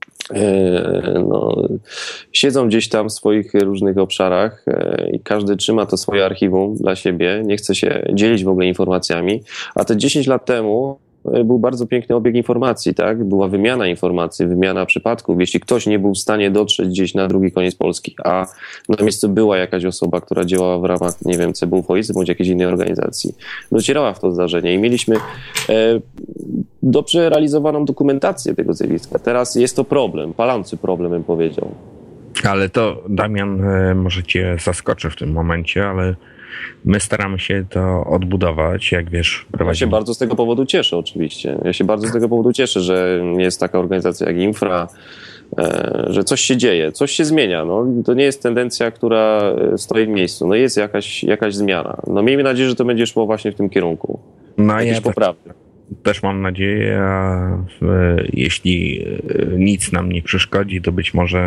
no, siedzą gdzieś tam w swoich różnych obszarach i każdy trzyma to swoje archiwum dla siebie, nie chce się dzielić w ogóle informacjami, a te dziesięć lat temu był bardzo piękny obieg informacji, tak? Była wymiana informacji, wymiana przypadków. Jeśli ktoś nie był w stanie dotrzeć gdzieś na drugi koniec Polski, a na miejscu była jakaś osoba, która działała w ramach, nie wiem, C B U F O I Z A bądź jakiejś innej organizacji, docierała w to zdarzenie i mieliśmy e, dobrze realizowaną dokumentację tego zjawiska. Teraz jest to problem, palący problem, bym powiedział. Ale to, Damian, może cię zaskoczę w tym momencie, ale my staramy się to odbudować, jak wiesz. Prowadzimy... Ja się bardzo z tego powodu cieszę, oczywiście. Ja się bardzo z tego powodu cieszę, że jest taka organizacja jak Infra, że coś się dzieje, coś się zmienia. No, to nie jest tendencja, która stoi w miejscu. No, jest jakaś, jakaś zmiana. No, miejmy nadzieję, że to będzie szło właśnie w tym kierunku. No, jakieś ja poprawy. Też, też mam nadzieję, a jeśli nic nam nie przeszkodzi, to być może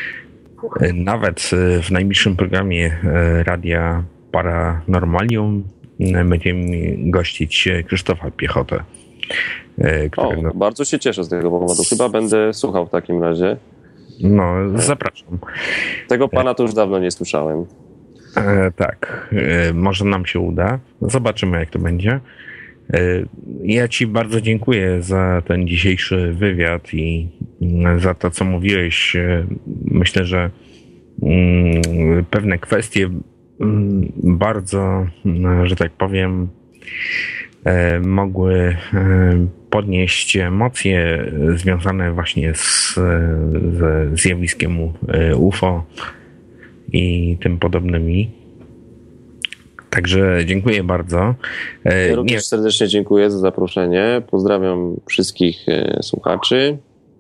nawet w najbliższym programie Radia Paranormalium będziemy gościć Krzysztofa Piechotę. Którego... O, bardzo się cieszę z tego powodu. Chyba będę słuchał w takim razie. No, zapraszam. Tego pana to już dawno nie słyszałem. E, tak, e, może nam się uda. Zobaczymy, jak to będzie. E, ja ci bardzo dziękuję za ten dzisiejszy wywiad i za to, co mówiłeś. E, myślę, że mm, pewne kwestie mm, bardzo, że tak powiem, e, mogły e, podnieść emocje związane właśnie z, ze zjawiskiem U F O i tym podobnymi. Także dziękuję bardzo. Ja również Nie... serdecznie dziękuję za zaproszenie. Pozdrawiam wszystkich słuchaczy.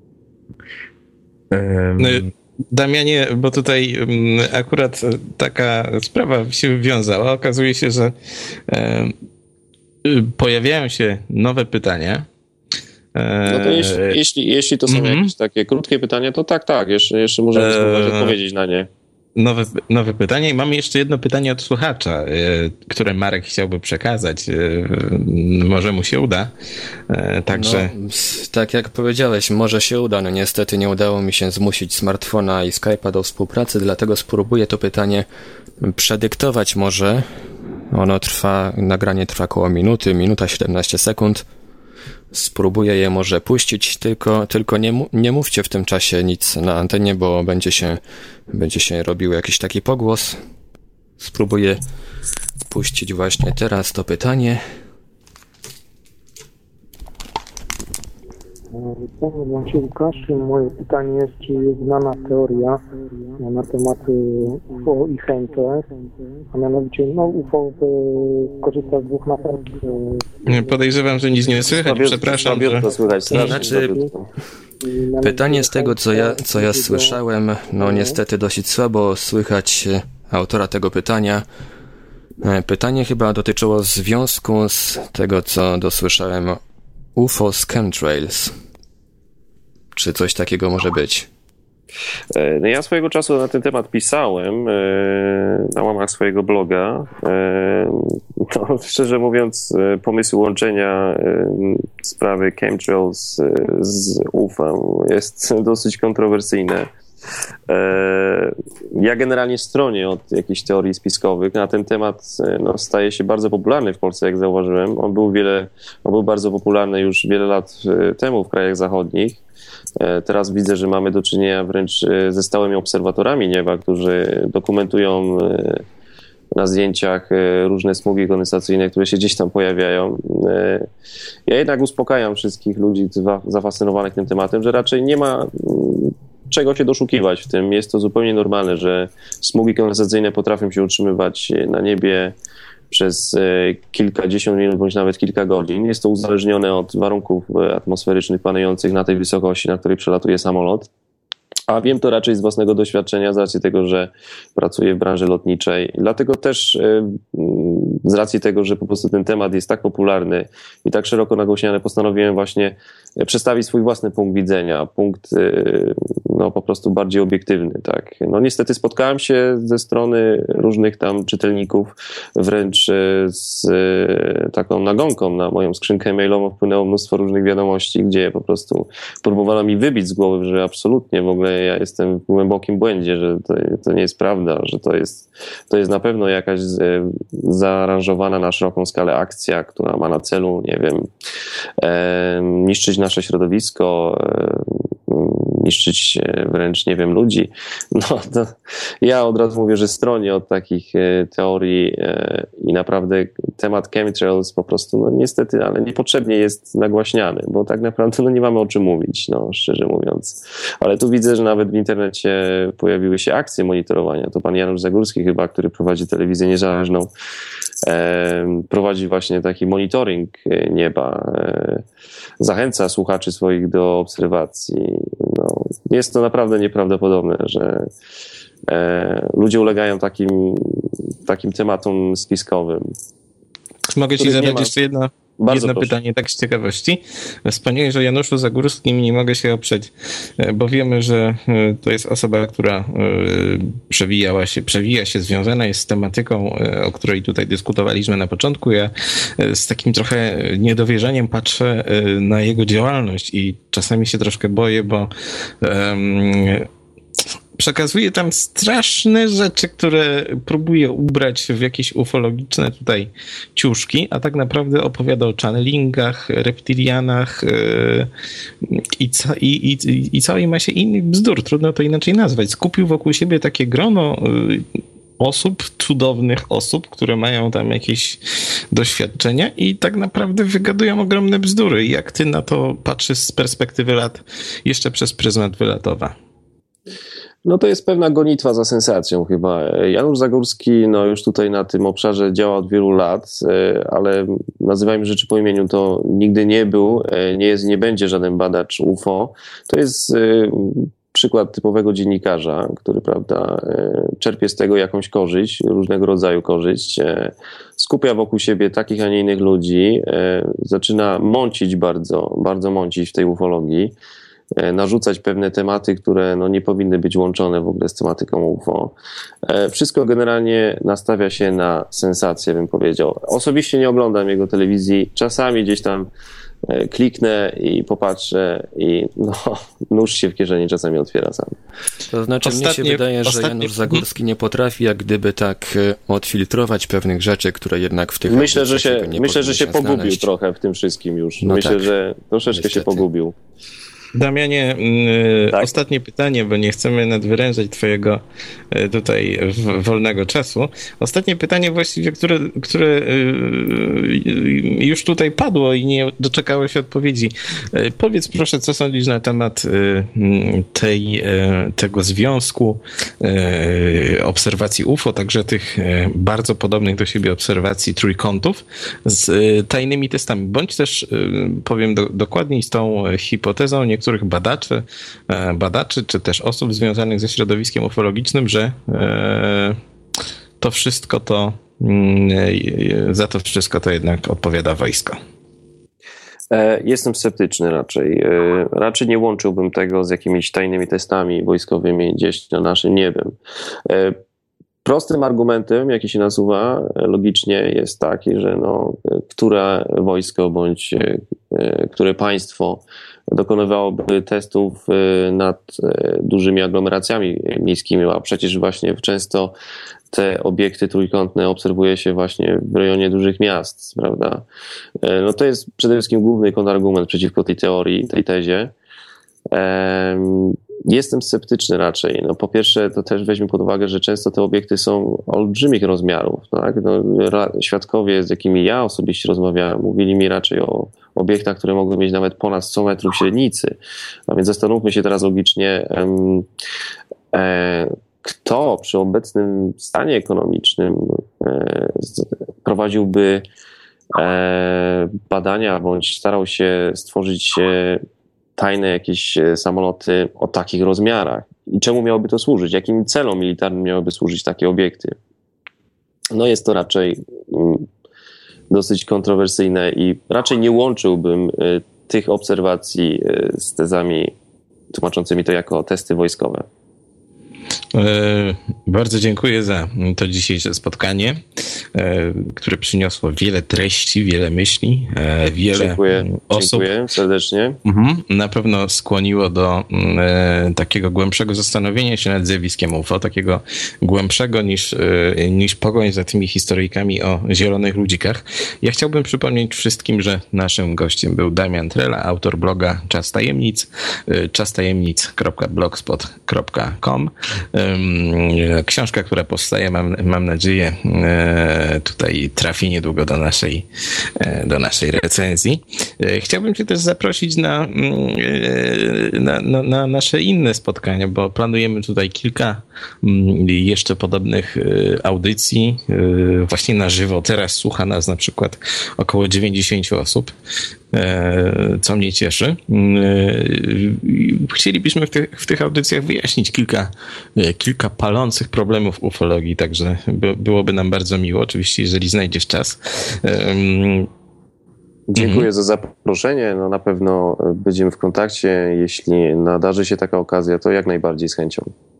Um... Damianie, bo tutaj akurat taka sprawa się wiązała. Okazuje się, że um, pojawiają się nowe pytania. No to jeśli, jeśli, jeśli to są mm-hmm. jakieś takie krótkie pytania, to tak, tak. Jeszcze, jeszcze możemy spróbować odpowiedzieć na nie. Nowe, nowe pytanie i mamy jeszcze jedno pytanie od słuchacza, które Marek chciałby przekazać. Może mu się uda. Także... No, tak jak powiedziałeś, może się uda. No niestety nie udało mi się zmusić smartfona i Skype'a do współpracy, dlatego spróbuję to pytanie przedyktować może. Ono trwa, nagranie trwa około minuty, minuta siedemnaście sekund. Spróbuję je może puścić, tylko, tylko nie, nie mówcie w tym czasie nic na antenie, bo będzie się, będzie się robił jakiś taki pogłos. Spróbuję puścić właśnie teraz to pytanie. Nazywam się Łukasz. Moje pytanie jest, czy jest znana teoria na temat U F O i chemtrails, a mianowicie no, U F O korzysta z dwóch następstw. Podejrzewam, że nic nie słychać, przepraszam. Że... To słychać, znaczy, pytanie z tego, co ja, co ja słyszałem, no niestety dosyć słabo słychać autora tego pytania. Pytanie chyba dotyczyło związku z tego, co dosłyszałem, U F O z chemtrails. Czy coś takiego może być? No ja swojego czasu na ten temat pisałem na łamach swojego bloga. No, szczerze mówiąc, pomysł łączenia sprawy chemtrails z U F O jest dosyć kontrowersyjny. Ja generalnie stronię od jakichś teorii spiskowych. Na ten temat no, staje się bardzo popularny w Polsce, jak zauważyłem. On był, wiele, on był bardzo popularny już wiele lat temu w krajach zachodnich. Teraz widzę, że mamy do czynienia wręcz ze stałymi obserwatorami nieba, którzy dokumentują na zdjęciach różne smugi kondensacyjne, które się gdzieś tam pojawiają. Ja jednak uspokajam wszystkich ludzi zafascynowanych tym tematem, że raczej nie ma czego się doszukiwać w tym. Jest to zupełnie normalne, że smugi kondensacyjne potrafią się utrzymywać na niebie przez kilkadziesiąt minut bądź nawet kilka godzin. Jest to uzależnione od warunków atmosferycznych panujących na tej wysokości, na której przelatuje samolot. A wiem to raczej z własnego doświadczenia, z racji tego, że pracuję w branży lotniczej. Dlatego też z racji tego, że po prostu ten temat jest tak popularny i tak szeroko nagłośniany, postanowiłem właśnie przedstawić swój własny punkt widzenia, punkt no po prostu bardziej obiektywny, tak. No niestety spotkałem się ze strony różnych tam czytelników wręcz z taką nagonką na moją skrzynkę mailową wpłynęło mnóstwo różnych wiadomości, gdzie po prostu próbowano mi wybić z głowy, że absolutnie w ogóle ja jestem w głębokim błędzie, że to, to nie jest prawda, że to jest, to jest na pewno jakaś zaaranżowana na szeroką skalę akcja, która ma na celu, nie wiem, e, niszczyć nasze środowisko, e, niszczyć wręcz, nie wiem, ludzi. No to ja od razu mówię, że stronię od takich teorii i naprawdę temat chemtrails po prostu, no niestety, ale niepotrzebnie jest nagłaśniany, bo tak naprawdę no nie mamy o czym mówić, no szczerze mówiąc. Ale tu widzę, że nawet w internecie pojawiły się akcje monitorowania. To pan Janusz Zagórski chyba, który prowadzi telewizję niezależną, e, prowadzi właśnie taki monitoring nieba. E, zachęca słuchaczy swoich do obserwacji. No, jest to naprawdę nieprawdopodobne, że e, ludzie ulegają takim, takim tematom spiskowym. Mogę ci zadać ma... jeszcze jedno, jedno pytanie tak z ciekawości. Wspomniałeś, że Januszu Zagórskim nie mogę się oprzeć, bo wiemy, że to jest osoba, która przewijała się, przewija się, związana jest z tematyką, o której tutaj dyskutowaliśmy na początku. Ja z takim trochę niedowierzaniem patrzę na jego działalność i czasami się troszkę boję, bo um, przekazuje tam straszne rzeczy, które próbuje ubrać w jakieś ufologiczne tutaj ciuszki, a tak naprawdę opowiada o channelingach, reptilianach yy, i, ca- i, i, i całej masie innych bzdur. Trudno to inaczej nazwać. Skupił wokół siebie takie grono yy, osób, cudownych osób, które mają tam jakieś doświadczenia i tak naprawdę wygadują ogromne bzdury. Jak ty na to patrzysz z perspektywy lat, jeszcze przez pryzmat wylatowa? No to jest pewna gonitwa za sensacją chyba. Janusz Zagórski no już tutaj na tym obszarze działa od wielu lat, ale nazywajmy rzeczy po imieniu, to nigdy nie był, nie jest i nie będzie żaden badacz U F O. To jest przykład typowego dziennikarza, który, prawda, czerpie z tego jakąś korzyść, różnego rodzaju korzyść, skupia wokół siebie takich, a nie innych ludzi, zaczyna mącić bardzo, bardzo mącić w tej ufologii. narzucać pewne tematy, które no nie powinny być łączone w ogóle z tematyką U F O. Wszystko generalnie nastawia się na sensację, bym powiedział. Osobiście nie oglądam jego telewizji. Czasami gdzieś tam kliknę i popatrzę i no, nóż się w kieszeni czasami otwiera sam. To znaczy ostatnie, mnie się wydaje, że ostatnie... Janusz Zagórski nie potrafi jak gdyby tak odfiltrować pewnych rzeczy, które jednak w tych... Myślę, że się, nie myślę, że się pogubił znaleźć. trochę w tym wszystkim już. No myślę, tak. że troszeczkę Niestety. się pogubił. Damianie, tak? Ostatnie pytanie, bo nie chcemy nadwyrężać twojego tutaj wolnego czasu. Ostatnie pytanie właściwie, które, które już tutaj padło i nie doczekało się odpowiedzi. Powiedz proszę, co sądzisz na temat tej, tego związku obserwacji U F O, także tych bardzo podobnych do siebie obserwacji trójkątów z tajnymi testami, bądź też, powiem do, dokładniej, z tą hipotezą niektórych badaczy, badaczy, czy też osób związanych ze środowiskiem ufologicznym, że to wszystko to, za to wszystko to jednak odpowiada wojsko. Jestem sceptyczny raczej. Raczej nie łączyłbym tego z jakimiś tajnymi testami wojskowymi gdzieś na naszym niebem. Prostym argumentem, jaki się nasuwa logicznie, jest taki, że no, które wojsko bądź które państwo dokonywałoby testów nad dużymi aglomeracjami miejskimi, a przecież właśnie często te obiekty trójkątne obserwuje się właśnie w rejonie dużych miast, prawda? No to jest przede wszystkim główny kontrargument przeciwko tej teorii, tej tezie. Jestem sceptyczny raczej. No, po pierwsze, to też weźmy pod uwagę, że często te obiekty są olbrzymich rozmiarów. Tak? No, świadkowie, z jakimi ja osobiście rozmawiałem, mówili mi raczej o obiektach, które mogły mieć nawet ponad sto metrów średnicy. A więc zastanówmy się teraz logicznie, em, e, kto przy obecnym stanie ekonomicznym e, prowadziłby e, badania bądź starał się stworzyć e, tajne jakieś samoloty o takich rozmiarach. I czemu miałoby to służyć? Jakim celom militarnym miałyby służyć takie obiekty? No jest to raczej dosyć kontrowersyjne i raczej nie łączyłbym tych obserwacji z tezami tłumaczącymi to jako testy wojskowe. Bardzo dziękuję za to dzisiejsze spotkanie, które przyniosło wiele treści, wiele myśli, wiele dziękuję, osób. Dziękuję serdecznie. Na pewno skłoniło do takiego głębszego zastanowienia się nad zjawiskiem U F O, takiego głębszego niż, niż pogoń za tymi historyjkami o zielonych ludzikach. Ja chciałbym przypomnieć wszystkim, że naszym gościem był Damian Trela, autor bloga Czas Tajemnic, czas tajemnic kropka blogspot kropka com. Książka, która powstaje, mam, mam nadzieję, tutaj trafi niedługo do naszej, do naszej recenzji. Chciałbym Cię też zaprosić na, na, na, na nasze inne spotkania, bo planujemy tutaj kilka jeszcze podobnych audycji właśnie na żywo. Teraz słucha nas na przykład około dziewięćdziesiąt osób, co mnie cieszy. Chcielibyśmy w tych, w tych audycjach wyjaśnić kilka, kilka palących problemów ufologii, także by, byłoby nam bardzo miło, oczywiście, jeżeli znajdziesz czas. Dziękuję mhm. za zaproszenie. No na pewno będziemy w kontakcie. Jeśli nadarzy się taka okazja, to jak najbardziej z chęcią.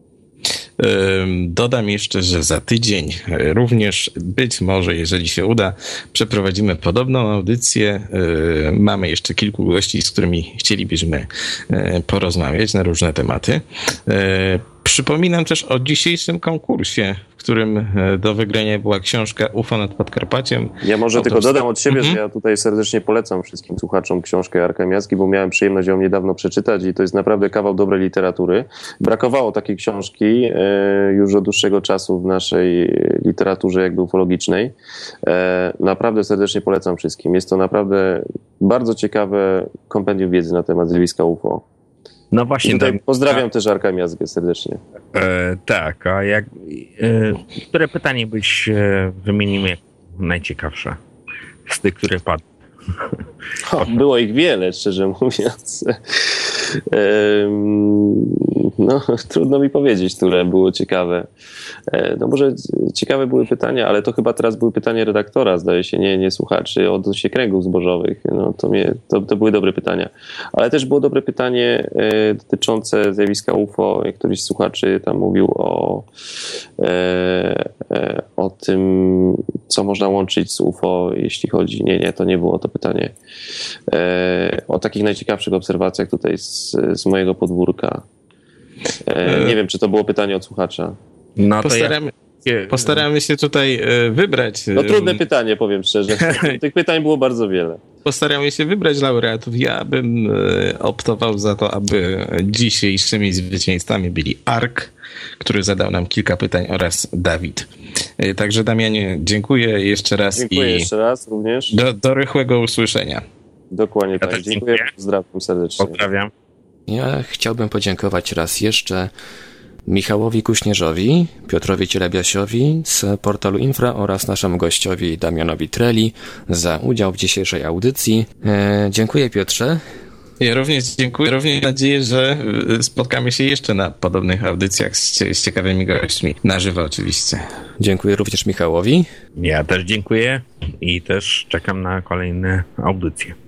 Dodam jeszcze, że za tydzień również być może, jeżeli się uda, przeprowadzimy podobną audycję. Mamy jeszcze kilku gości, z którymi chcielibyśmy porozmawiać na różne tematy. Przypominam też o dzisiejszym konkursie, w którym do wygrania była książka U F O nad Podkarpaciem. Ja może tylko dodam od siebie, mhm. że ja tutaj serdecznie polecam wszystkim słuchaczom książkę Jarka Miazgi, bo miałem przyjemność ją niedawno przeczytać i to jest naprawdę kawał dobrej literatury. Brakowało takiej książki już od dłuższego czasu w naszej literaturze jakby ufologicznej. Naprawdę serdecznie polecam wszystkim. Jest to naprawdę bardzo ciekawe kompendium wiedzy na temat zjawiska U F O. No właśnie. Tutaj tam, pozdrawiam a, też Arka Miazgę serdecznie. E, tak, a jak, e, które pytanie byś e, wymienił jako najciekawsze z tych, które padły? O, było ich wiele, szczerze mówiąc. No, trudno mi powiedzieć, które było ciekawe. No może ciekawe były pytania, ale to chyba teraz były pytania redaktora, zdaje się, nie, nie słuchaczy, odnośnie kręgów zbożowych. No to, mnie, to, to były dobre pytania. Ale też było dobre pytanie dotyczące zjawiska U F O. Któryś z słuchaczy tam mówił o, o tym, co można łączyć z U F O, jeśli chodzi... Nie, nie, to nie było to pytanie. O takich najciekawszych obserwacjach tutaj z, z mojego podwórka. Nie wiem, czy to było pytanie od słuchacza. No postaramy, ja... postaramy się tutaj wybrać. No trudne pytanie, powiem szczerze. Tych pytań było bardzo wiele. Postaramy się wybrać laureatów. Ja bym optował za to, aby dzisiejszymi zwycięzcami byli Ark, który zadał nam kilka pytań, oraz Dawid. Także Damianie, dziękuję jeszcze raz. Dziękuję i jeszcze raz również. Do, do rychłego usłyszenia. Dokładnie ja tak. Dziękuję. Dziękuję. Pozdrawiam serdecznie. Pozdrawiam. Ja chciałbym podziękować raz jeszcze Michałowi Kuśnierzowi, Piotrowi Cielebiasiowi z portalu Infra oraz naszemu gościowi Damianowi Treli za udział w dzisiejszej audycji. E, dziękuję, Piotrze. Ja również dziękuję. Również mam nadzieję, że spotkamy się jeszcze na podobnych audycjach z, z ciekawymi gośćmi. Na żywo oczywiście. Dziękuję również Michałowi. Ja też dziękuję i też czekam na kolejne audycje.